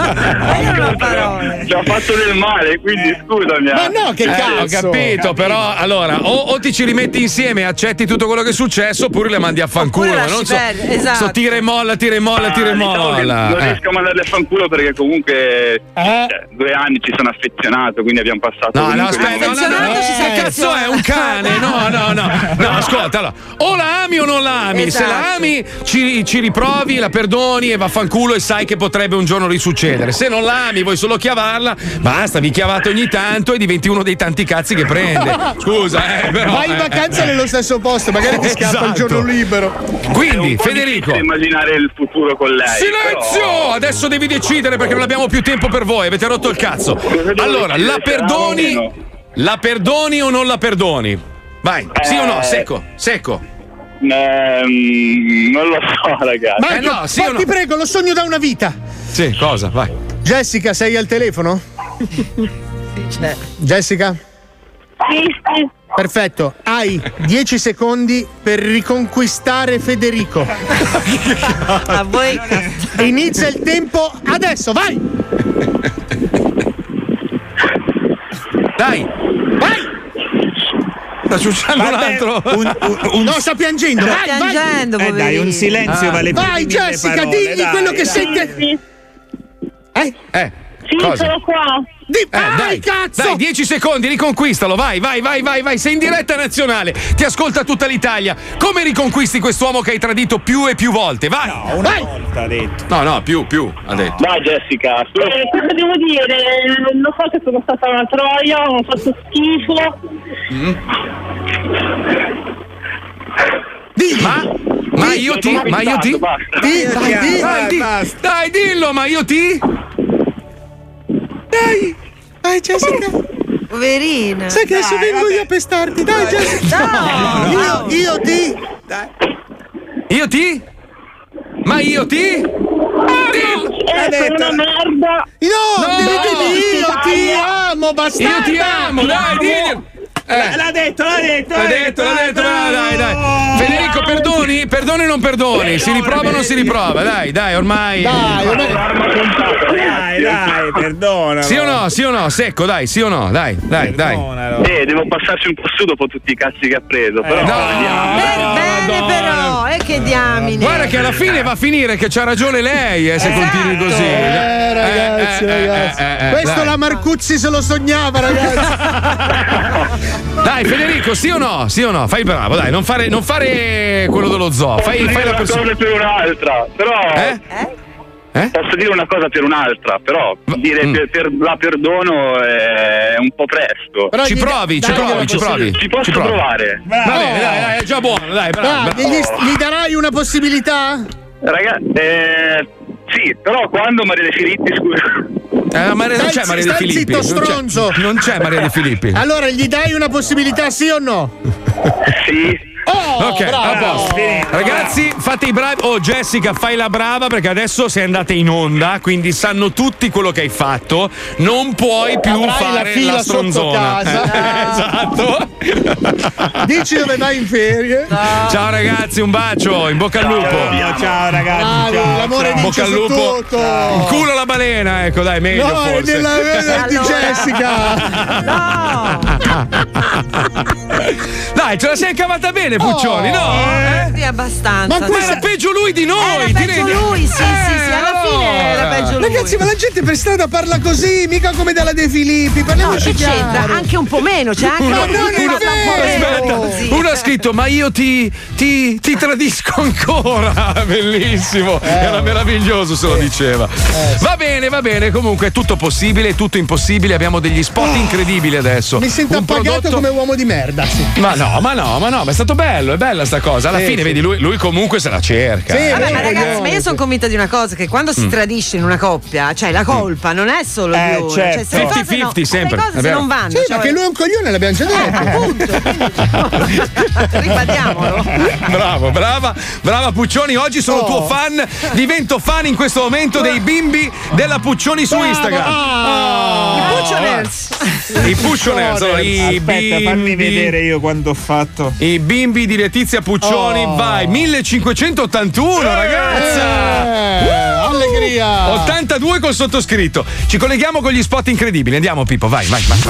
Ci ha fatto del male, quindi scusami. Ma no, che cazzo. Ho capito, però allora o ti ci rimetti insieme e accetti tutto quello che è ma oppure le mandi a fanculo. Ma non so tira e molla. Non riesco a mandarle a fanculo perché comunque 2 anni ci sono affezionato, quindi abbiamo passato. No, aspetta, che cazzo è un cane? No, ascolta, allora, o la ami o non la ami. Esatto. Se la ami ci riprovi, la perdoni e vaffanculo e sai che potrebbe un giorno risuccedere. Se non la ami, vuoi solo chiavarla, basta, vi chiavate ogni tanto e diventi uno dei tanti cazzi che prende. Scusa, però. Vai in vacanza nello stesso posto, magari ti scappa il giorno libero. Quindi, Federico, immaginare il futuro con lei. Silenzio! Però... Adesso devi decidere perché non abbiamo più tempo per voi, avete rotto il cazzo. Allora, la perdoni o non la perdoni? Vai, sì o no? Secco. Non lo so, ragazzi. Ma sì o no? Ti prego, lo sogno da una vita. Sì, cosa? Vai. Jessica, sei al telefono? C'è. Jessica? Sì. Perfetto, hai 10 secondi per riconquistare Federico. A voi. Inizia il tempo adesso, vai! Dai! Vai! Sta ciucciando un altro. No, sta piangendo. Sta piangendo, vai. Dai, un silenzio vale più Vai, di 1000 Jessica, parole, digli quello che sente. Sì, cosa? sono qua. Dai, cazzo! Dai, 10 secondi, riconquistalo, vai, sei in diretta nazionale, ti ascolta tutta l'Italia. Come riconquisti quest'uomo che hai tradito più e più volte? Vai! No, una volta ha detto. No, più, ha detto. Vai, Jessica. Cosa devo dire? Lo so che sono stata una troia, ho fatto schifo. Ma io ti? Dai, dillo, ma io ti? Dai, Jessica. Poverina. Sai che adesso vengo io a pestarti. Dai, Jessica. No. Io ti. Io ti? Ma io ti? Sono una merda. No, io ti amo, bastardo. Io ti amo, dai, dillo. L'ha detto. Dai. Federico, Perdoni o non perdoni? Si riprova o non si riprova? Dai, ormai. Dai, perdona. Sì o no? Secco, dai, sì o no? Dai. Devo passarci un po' su dopo tutti i cazzi che ha preso, però vediamo. Bene però, che diamine. Guarda che alla fine va a finire che c'ha ragione lei, se continui così. Ragazzi. Questo dai. la Marcuzzi se lo sognava, ragazzi. Dai, Federico, sì o no? Fai bravo, dai, non fare quello dello zoo. Fai la persona per un'altra, però. Posso dire una cosa per un'altra, però dire per la perdono è un po' presto. Però ci provi. Ci posso provare. Va bene, dai, è già buono, dai, bravo. Gli darai una possibilità? Sì, però quando Maria De Filippi, scusa. Non c'è Maria De Filippi. Zitto, stronzo. Non c'è Maria De Filippi. Allora, gli dai una possibilità, sì o no? Sì. Ok, a posto. Ragazzi, fate i bravi. Jessica, fai la brava perché adesso sei andata in onda, quindi sanno tutti quello che hai fatto. Non puoi più fare la stronzona. Esatto. Dici dove vai in ferie? Ciao ragazzi, un bacio, in bocca al lupo. Ciao ragazzi. L'amore in bocca al lupo. Tutto. In culo la balena, ecco, dai, meglio forse. Nella di Jessica. No. Dai, ce la sei cavata bene, Puccioni, no? Sì, abbastanza. Ma era peggio lui di noi. Era peggio lui, sì, alla fine era peggio lui. Ragazzi, ma la gente per strada parla così, mica come dalla De Filippi. Parliamoci che c'entra? Anche un po' meno, c'è anche uno ha scritto, ma io ti tradisco ancora. Bellissimo. Era meraviglioso se lo diceva. Va bene, comunque è tutto possibile, è tutto impossibile. Abbiamo degli spot incredibili adesso. Mi sento appagato come uomo di merda. Sì. Ma no, ma è stato bello, è bella sta cosa. Alla fine, vedi, lui comunque se la cerca. Sì, vabbè, ma ragazzi, ma io sono convinta di una cosa: che quando si tradisce in una coppia, cioè la colpa non è solo di uno. Certo. Cioè, 50-50 sempre. Le cose se non vanno. Sì, ma che lui è un coglione, l'abbiamo già detto. Appunto. Ribadiamolo. Brava Puccioni, oggi sono tuo fan. Divento fan in questo momento dei bimbi della Puccioni su Instagram. I Puccioners. Aspetta, fammi vedere io quanto ho fatto. I bimbi di Letizia Puccioni, vai, 1581 ragazza. Allegria. 82 col sottoscritto. Ci colleghiamo con gli spot incredibili. Andiamo Pippo, vai.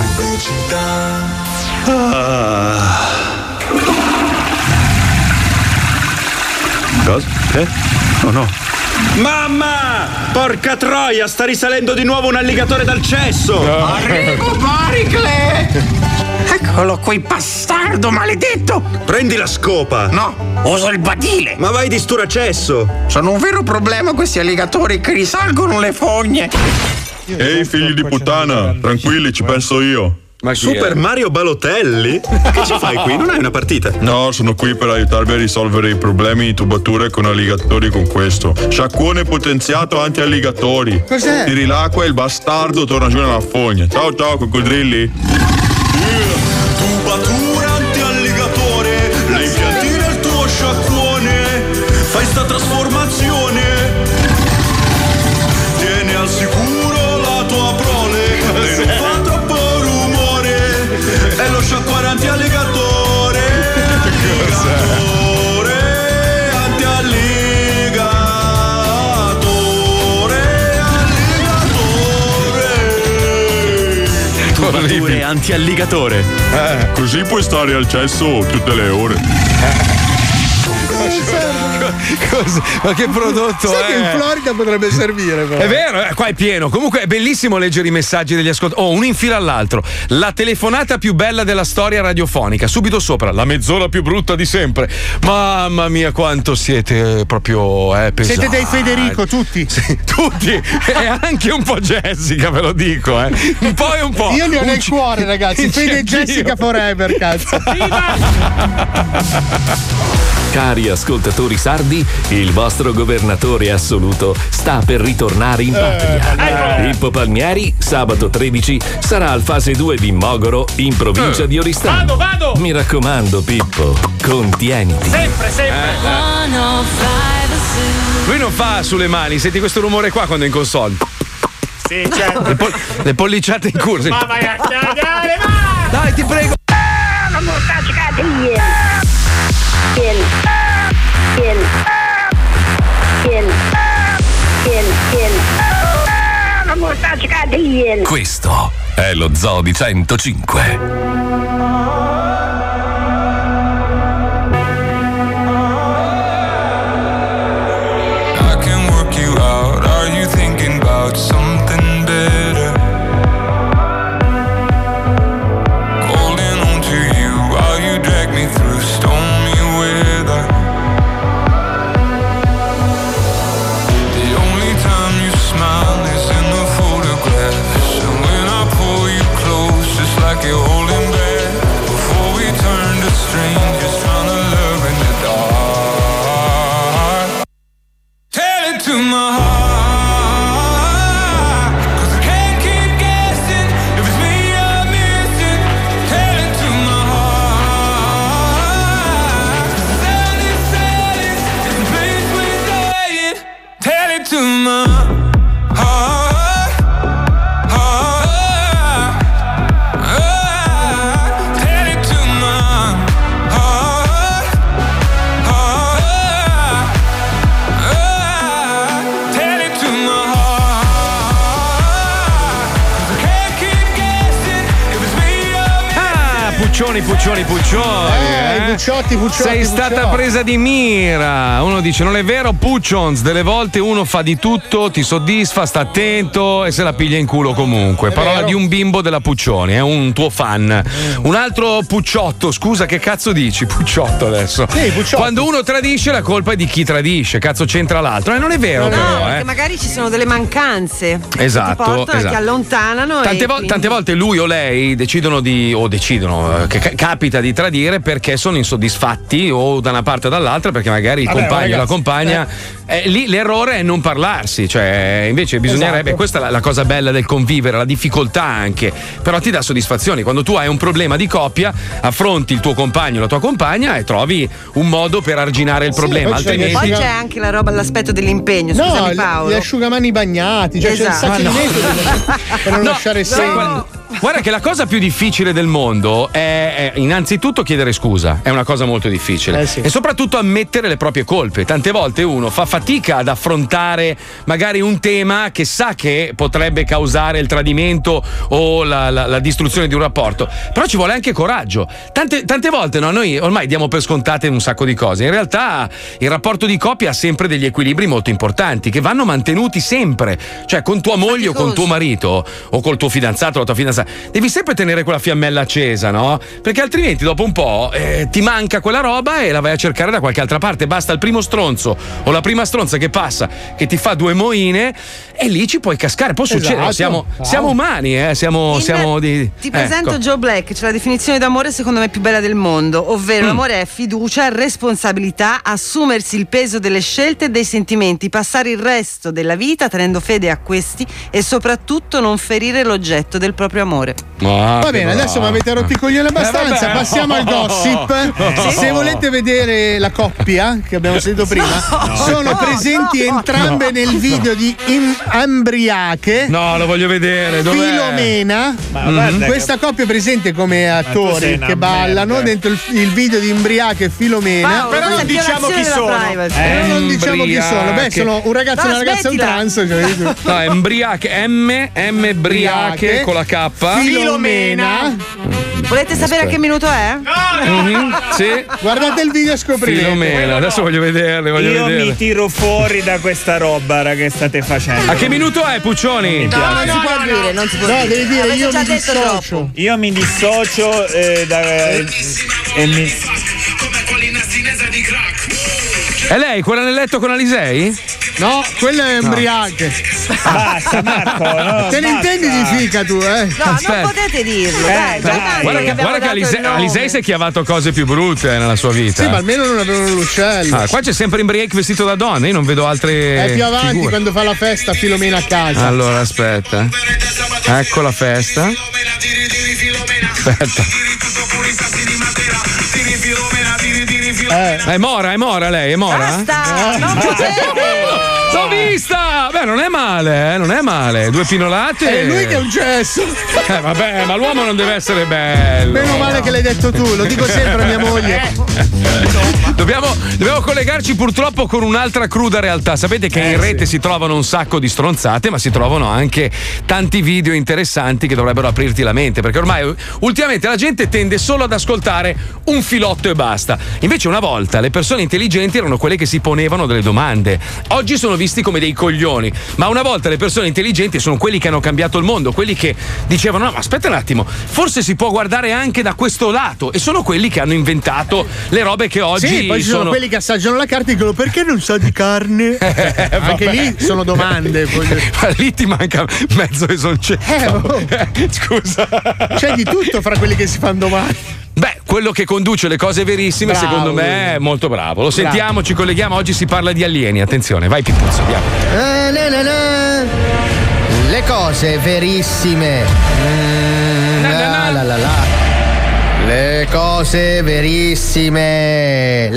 Cosa? Oh no. Mamma! Porca troia, sta risalendo di nuovo un alligatore dal cesso! Arrivo, Baricle! Eccolo qui, bastardo maledetto! Prendi la scopa! No, uso il badile! Ma vai di sturacesso! Sono un vero problema questi alligatori che risalgono le fogne! Ehi, figli di puttana, tranquilli, ci penso io. Ma Super Mario Balotelli? Che ci fai qui? Non hai una partita? No, sono qui per aiutarvi a risolvere i problemi di tubature con alligatori con questo. Sciacquone potenziato anti-alligatori. Cos'è? Tiri l'acqua e il bastardo torna giù nella fogna. Ciao coccodrilli. Tubatura anti-alligatore, la impianti nel tuo sciacquone. Fai sta trasformazione. Tieni al sicuro la tua prole. E non fa troppo rumore. È lo sciacquare anti-alligatore. Tubature anti-alligatore. Così puoi stare al cesso tutte le ore. Ma che prodotto Sai è? che in Florida potrebbe servire però. È vero, qua è pieno. Comunque è bellissimo leggere i messaggi degli ascoltatori. Uno in fila all'altro. La telefonata più bella della storia radiofonica. Subito sopra, la mezz'ora più brutta di sempre. Mamma mia, quanto siete proprio pesanti. Siete dei Federico, tutti. Sì, tutti. E anche un po' Jessica, ve lo dico, Un po' e un po'. Io li ho nel cuore, ragazzi. Fede e Jessica forever, cazzo. Cari ascoltatori sardi, il vostro governatore assoluto sta per ritornare in patria. Pippo Palmieri, sabato 13, sarà al fase 2 di Mogoro, in provincia di Oristano. Vado! Mi raccomando, Pippo, contieniti. Sempre! Lui non fa sulle mani, senti questo rumore qua quando è in console. Sì, certo. Le polliciate in curso. Ma vai a cagare, va! Dai, ti prego. billion. Questo è lo Zoo di 105. Something better. Holding on to you while you drag me through stormy weather. The only time you smile is in the photographs, and when I pull you close, it's like you're holding back. Before we turn to strangers, trying to love in the dark. Tell it to my heart. To my heart, tell it to my heart, tell it to my heart, 'cause I can't keep guessing if it's me or me. Puccioni. Pucciotti. Sei stata presa di mira. Uno dice: non è vero, Puccions, delle volte uno fa di tutto, ti soddisfa, sta attento e se la piglia in culo comunque. Parola di un bimbo della Puccioni, è un tuo fan. Un altro Pucciotto, scusa, che cazzo dici? Pucciotto adesso. Sì, Pucciotto. Quando uno tradisce, la colpa è di chi tradisce, cazzo c'entra l'altro. Non è vero, no, però. Perché magari ci sono delle mancanze Esatto, che ti portano, esatto. che allontanano. Tante volte lui o lei decidono che capita di tradire perché sono insoddisfatti o da una parte o dall'altra, perché magari il compagno o la compagna lì l'errore è non parlarsi, cioè invece bisognerebbe, questa è la cosa bella del convivere, la difficoltà anche, però ti dà soddisfazioni. Quando tu hai un problema di coppia, affronti il tuo compagno o la tua compagna e trovi un modo per arginare il problema, altrimenti poi c'è anche la roba, l'aspetto dell'impegno, scusami Paolo, gli asciugamani bagnati, cioè esatto. c'è un sacco di metodi per non lasciare segni. Guarda che la cosa più difficile del mondo è innanzitutto chiedere scusa, è una cosa molto difficile, e soprattutto ammettere le proprie colpe. Tante volte uno fa fatica ad affrontare magari un tema che sa che potrebbe causare il tradimento o la distruzione di un rapporto, però ci vuole anche coraggio. Tante volte noi ormai diamo per scontate un sacco di cose, in realtà il rapporto di coppia ha sempre degli equilibri molto importanti che vanno mantenuti sempre, cioè con tua moglie o con tuo marito o col tuo fidanzato o la tua fidanzata devi sempre tenere quella fiammella accesa, no? Perché altrimenti dopo un po' ti manca quella roba e la vai a cercare da qualche altra parte. Basta il primo stronzo o la prima stronza che passa che ti fa due moine e lì ci puoi cascare. Può succedere, siamo umani, Ti presento Joe Black, c'è la definizione d'amore secondo me più bella del mondo, ovvero l'amore è fiducia, responsabilità, assumersi il peso delle scelte e dei sentimenti, passare il resto della vita tenendo fede a questi e soprattutto non ferire l'oggetto del proprio amore. Va bene, adesso mi avete rotto i coglioni abbastanza, passiamo al gossip. Se volete vedere la coppia che abbiamo sentito prima, sono presenti entrambe nel video di Embriache. No, lo voglio vedere. Dov'è? Filomena. Questa coppia è presente come attori che ballano dentro il video di Embriache e Filomena. Però non diciamo chi sono. Non diciamo chi sono. Beh, sono un ragazzo e una ragazza e un trans. No, Embriache, M Briache con la K. Filomena. Volete sapere a che minuto è? Sì. Guardate il video e scoprirete. Filomena, adesso voglio vederle. Io mi tiro fuori da questa roba che state facendo. A che minuto è, Puccioni? Non si può dire, non si può dire. Devi dire io mi dissocio. Io mi dissocio e mi... È lei quella nel letto con Alisei? No, quello è Embriache. Basta, Marco. No, te ne intendi di fica tu, No, non potete dirlo. Guarda che Alisei si è chiavato cose più brutte nella sua vita. Sì, ma almeno non avevano l'uccello. Qua c'è sempre Embriache vestito da donna, io non vedo altre. È più avanti figure. quando fa la festa Filomena a casa. Allora, aspetta. Ecco la festa. Aspetta. È mora lei, è mora? Basta, non potete. L'ho vista! Beh, non è male, non è male. 2 pinolate. È lui che è un gesso. Vabbè, ma l'uomo non deve essere bello. Meno male che l'hai detto tu, lo dico sempre a mia moglie. Dobbiamo collegarci purtroppo con un'altra cruda realtà. Sapete che in rete si trovano un sacco di stronzate, ma si trovano anche tanti video interessanti che dovrebbero aprirti la mente, perché ormai ultimamente la gente tende solo ad ascoltare un filotto e basta. Invece una volta le persone intelligenti erano quelle che si ponevano delle domande. Oggi sono visti come dei coglioni, ma una volta le persone intelligenti sono quelli che hanno cambiato il mondo, quelli che dicevano no, ma aspetta un attimo, forse si può guardare anche da questo lato, e sono quelli che hanno inventato le robe che oggi sì, poi ci sono quelli che assaggiano la carne e dicono perché non sa di carne? Anche lì sono domande. Ma lì ti manca mezzo esoncetto. Scusa. C'è di tutto fra quelli che si fanno domande. Beh, quello che conduce le cose verissime, Bravo. secondo me, è molto bravo. Lo sentiamo, ci colleghiamo. Oggi si parla di alieni. Attenzione, vai Pippuzzo, andiamo. Le cose verissime. Le cose verissime.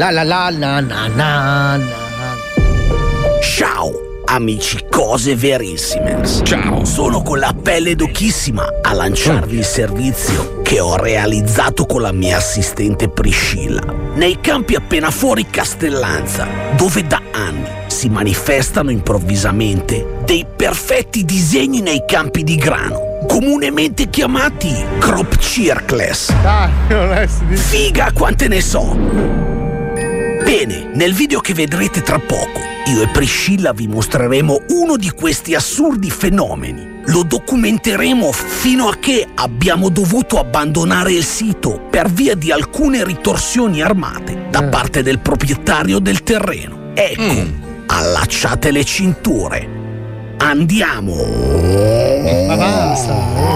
Ciao amici cose verissime. Ciao. Sono con la pelle d'occhissima a lanciarvi il servizio che ho realizzato con la mia assistente Priscilla nei campi appena fuori Castellanza, dove da anni si manifestano improvvisamente dei perfetti disegni nei campi di grano, comunemente chiamati crop circles. Figa quante ne so. Bene, nel video che vedrete tra poco, io e Priscilla vi mostreremo uno di questi assurdi fenomeni. Lo documenteremo fino a che abbiamo dovuto abbandonare il sito per via di alcune ritorsioni armate da parte del proprietario del terreno. Ecco, allacciate le cinture. Andiamo. Ma basta.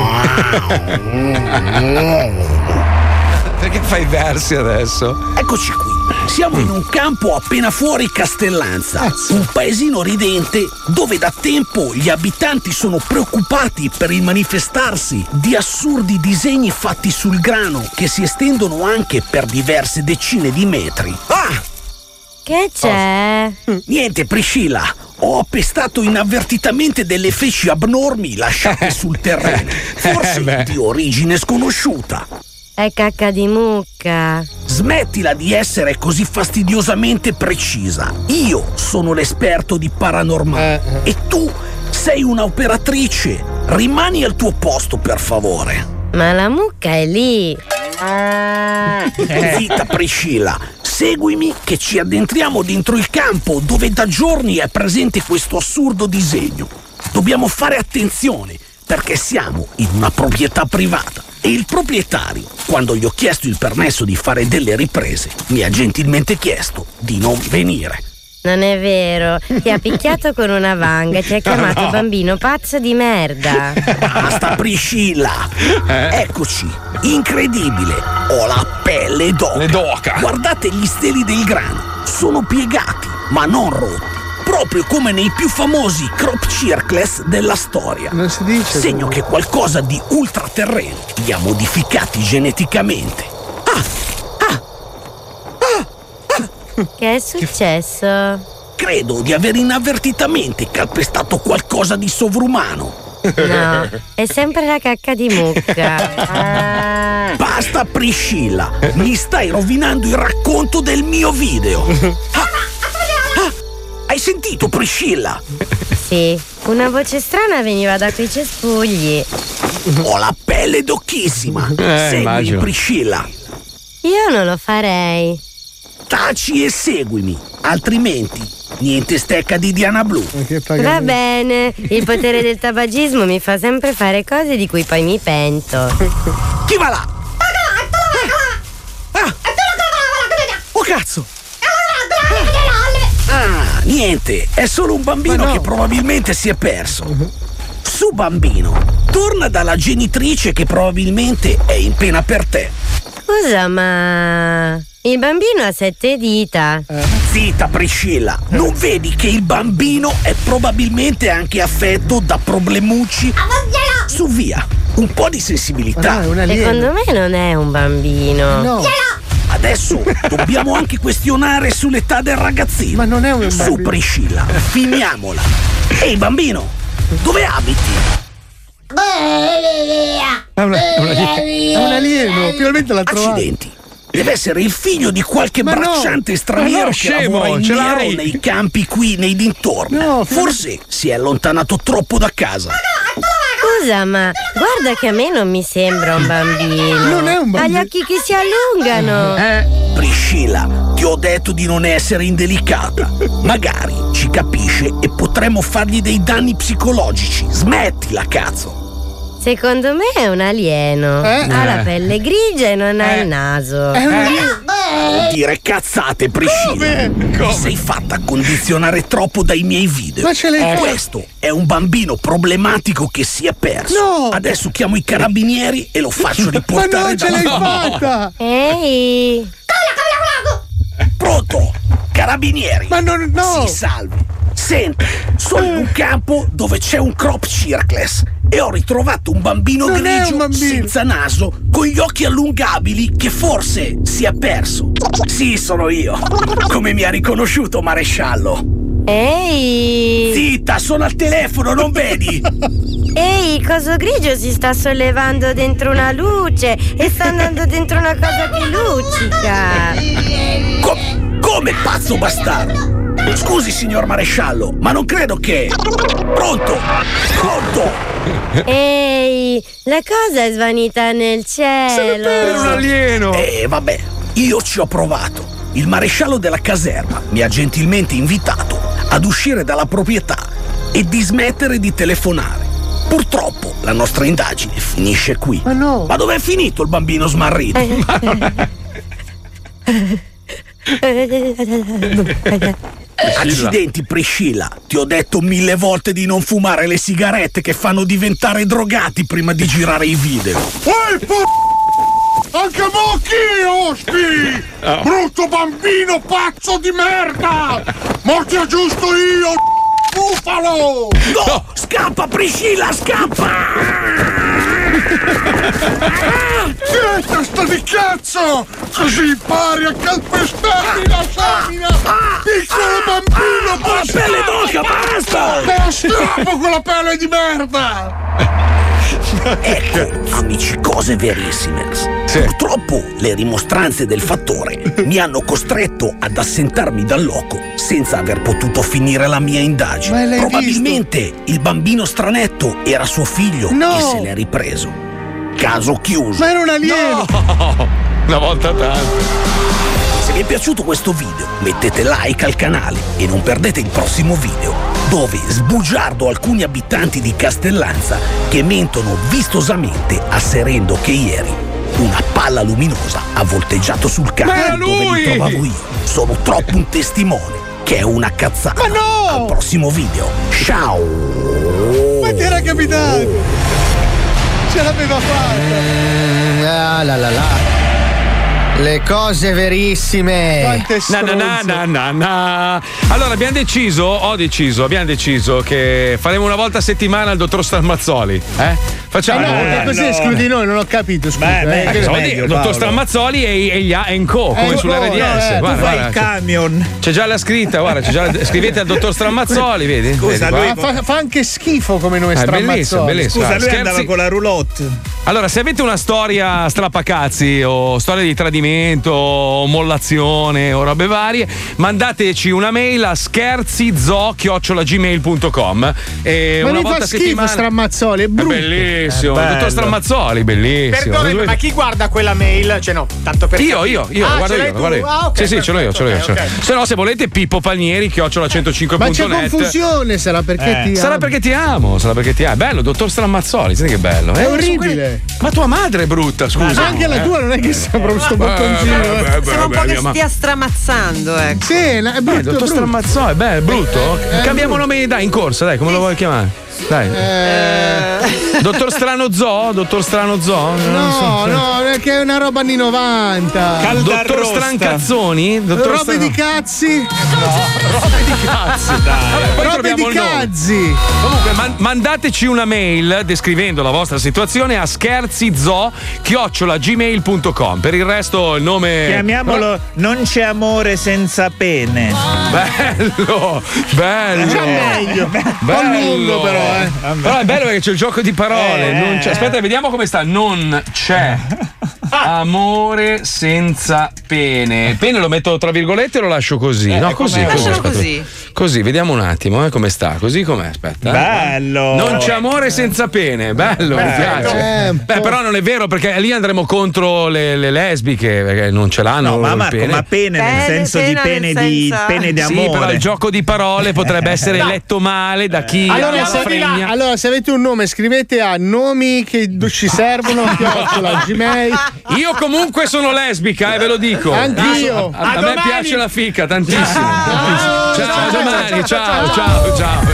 Perché fai versi adesso? Eccoci qui. Siamo in un campo appena fuori Castellanza, un paesino ridente dove da tempo gli abitanti sono preoccupati per il manifestarsi di assurdi disegni fatti sul grano che si estendono anche per diverse decine di metri. Ah! Che c'è? Niente, Priscilla. Ho appestato inavvertitamente delle feci abnormi lasciate sul terreno, forse di origine sconosciuta. È cacca di mucca. Smettila di essere così fastidiosamente precisa. Io sono l'esperto di paranormale e tu sei un'operatrice. Rimani al tuo posto, per favore. Ma la mucca è lì. Zitta, Priscilla. Seguimi che ci addentriamo dentro il campo dove da giorni è presente questo assurdo disegno. Dobbiamo fare attenzione perché siamo in una proprietà privata. E il proprietario, quando gli ho chiesto il permesso di fare delle riprese, mi ha gentilmente chiesto di non venire. Non è vero, ti ha picchiato con una vanga e ti ha chiamato bambino pazzo di merda. Basta, Priscilla. Eccoci, incredibile. Ho la pelle d'oca. Guardate gli steli del grano, sono piegati, ma non rotti. Proprio come nei più famosi crop circles della storia. Non si dice. Segno che qualcosa di ultraterreno li ha modificati geneticamente. Che è successo? Credo di aver inavvertitamente calpestato qualcosa di sovrumano. No, è sempre la cacca di mucca. Basta, Priscilla, mi stai rovinando il racconto del mio video. Hai sentito, Priscilla? Sì, una voce strana veniva da quei cespugli. Ho la pelle d'occhissima. Segui, immagino. Priscilla. Io non lo farei. Taci e seguimi, altrimenti niente stecca di Diana Blu. Va bene, il potere del tabagismo mi fa sempre fare cose di cui poi mi pento. Chi va là? Oh cazzo! Niente, è solo un bambino che probabilmente si è perso. Su, bambino, torna dalla genitrice che probabilmente è in pena per te. Scusa, ma il bambino ha 7 dita. Zitta, Priscilla, non vedi che il bambino è probabilmente anche affetto da problemucci? Su, via, un po' di sensibilità. Secondo me non è un bambino. Adesso Adesso dobbiamo anche questionare sull'età del ragazzino. Ma non è un bambino. Su, Priscilla, finiamola. Ehi, bambino, dove abiti? È un alieno, finalmente l'ha trovato. Accidenti. Deve essere il figlio di qualche bracciante straniero che lavora in nero nei campi qui, nei dintorni. Forse si è allontanato troppo da casa. Scusa, ma guarda che a me non mi sembra un bambino. Non è un bambino. Ha gli occhi che si allungano. Priscilla, ti ho detto di non essere indelicata. Magari ci capisce e potremmo fargli dei danni psicologici. Smettila, cazzo. Secondo me è un alieno. Ha la pelle grigia e non ha il naso. È un alieno. Non dire cazzate, Priscilla. Come? Sei fatta condizionare troppo dai miei video. Ma ce l'hai Questo è un bambino problematico che si è perso. No. Adesso chiamo i carabinieri e lo faccio riportare. Ma no, ce l'hai fatta. Ehi. Pronto? Carabinieri. Ma no. Si salvi. Senti, sono in un campo dove c'è un crop circles e ho ritrovato un bambino grigio senza naso con gli occhi allungabili che forse si è perso. Sì, sono io. Come mi ha riconosciuto, maresciallo? Ehi. Zitta, sono al telefono, non vedi? Ehi, coso grigio si sta sollevando dentro una luce e sta andando dentro una cosa che luccica. Come pazzo bastardo? Scusi, signor maresciallo, ma non credo che... Pronto? Ehi, la cosa è svanita nel cielo. È un alieno. Vabbè, io ci ho provato. Il maresciallo della caserma mi ha gentilmente invitato ad uscire dalla proprietà e di smettere di telefonare. Purtroppo la nostra indagine finisce qui. Ma no. Ma dov'è finito il bambino smarrito? Accidenti, Priscilla, ti ho detto 1000 volte di non fumare le sigarette che fanno diventare drogati prima di girare i video. Anche Mocchi, ospi! Brutto bambino pazzo di merda! Ma ti aggiusto io, bufalo! No! Scappa, Priscilla, scappa! Che testa di cazzo! Così impari a calpestarmi la semina! Piccolo bambino! La pelle d'oca, basta! Te la strappo con la pelle di merda! Ecco, amici, cose verissime. Purtroppo le rimostranze del fattore mi hanno costretto ad assentarmi dal loco senza aver potuto finire la mia indagine. Probabilmente il bambino stranetto era suo figlio che se l'è ripreso. Caso chiuso. Ma era un alieno! No! Una volta tanto. Se vi è piaciuto questo video, mettete like al canale e non perdete il prossimo video, dove sbugiardo alcuni abitanti di Castellanza che mentono vistosamente asserendo che ieri una palla luminosa ha volteggiato sul campo dove mi trovavo io. Sono troppo un testimone che è una cazzata. Ma no! Al prossimo video. Ciao! Ma ti era capitato! Ce l'aveva fatta! Le cose verissime. Quante Allora abbiamo deciso che faremo una volta a settimana il dottor Strammazzoli. Facciamo. Così escludi noi, non ho capito. Scusa. Il dottor Strammazzoli e gli Co, come sull'RDS. Tu fai il camion. C'è già la scritta, guarda, scrivete al dottor Strammazzoli, vedi? Scusa, lui fa anche schifo come noi Strammazzoli. Bellissimo. Scusa, lui andava con la roulotte. Allora, se avete una storia strappacazzi o storia di tradimento o mollazione o robe varie, mandateci una mail a scherzizo@gmail.com e ma una mi volta fa a settimana. schifo Strammazzoli, è brutto. È bellissimo, dottor Strammazzoli, bellissimo. Perdonami, ma chi guarda quella mail? Cioè no, tanto per Io, guardo io. Ah, okay, sì, ce l'ho io. Okay. Se no, se volete, Pippo Palmieri, @105.net. Ma c'è confusione, sarà perché ti amo. Sarà perché ti amo. È bello, dottor Strammazzoli, sai che bello. È orribile. Ma tua madre è brutta, scusa. Ma anche la tua non è che sia proprio sto bottoncino. Sembra un po' che stia stramazzando, ecco. Sì, è brutto. Dottor Strammazzoli, è brutto. Cambiamo nome, dai, in corsa, dai, come lo vuoi chiamare? Dai. Dottor Strano Zoo? Dottor Strano Zoo? No, che è una roba anni 90. Dottor Strancazzoni? Robe di cazzi? Robe di cazzi. Vabbè, poi robe di cazzi. Comunque mandateci una mail descrivendo la vostra situazione a scherzizoo@gmail.com. Per il resto il nome. Chiamiamolo Non c'è amore senza pene. Bello. Già meglio. Un po' lungo però, Però è bello perché c'è il gioco di parole. Non c'è. Aspetta, vediamo come sta. Non c'è amore senza pene. Pene lo metto tra virgolette o lo lascio così? No, così. Così, vediamo un attimo come sta. Così com'è, aspetta. Bello. Non c'è amore senza pene. Bello, mi piace. Però non è vero perché lì andremo contro le lesbiche perché non ce l'hanno. No, ma Marco, ma pene nel senso di pene di amore. Sì, però il gioco di parole potrebbe essere letto male da chi allora se avete un nome scrivete a nomi che ci servono @gmail. Io comunque sono lesbica, ve lo dico. Anch'io. A me piace la fica tantissimo. Ciao, a domani. Ciao.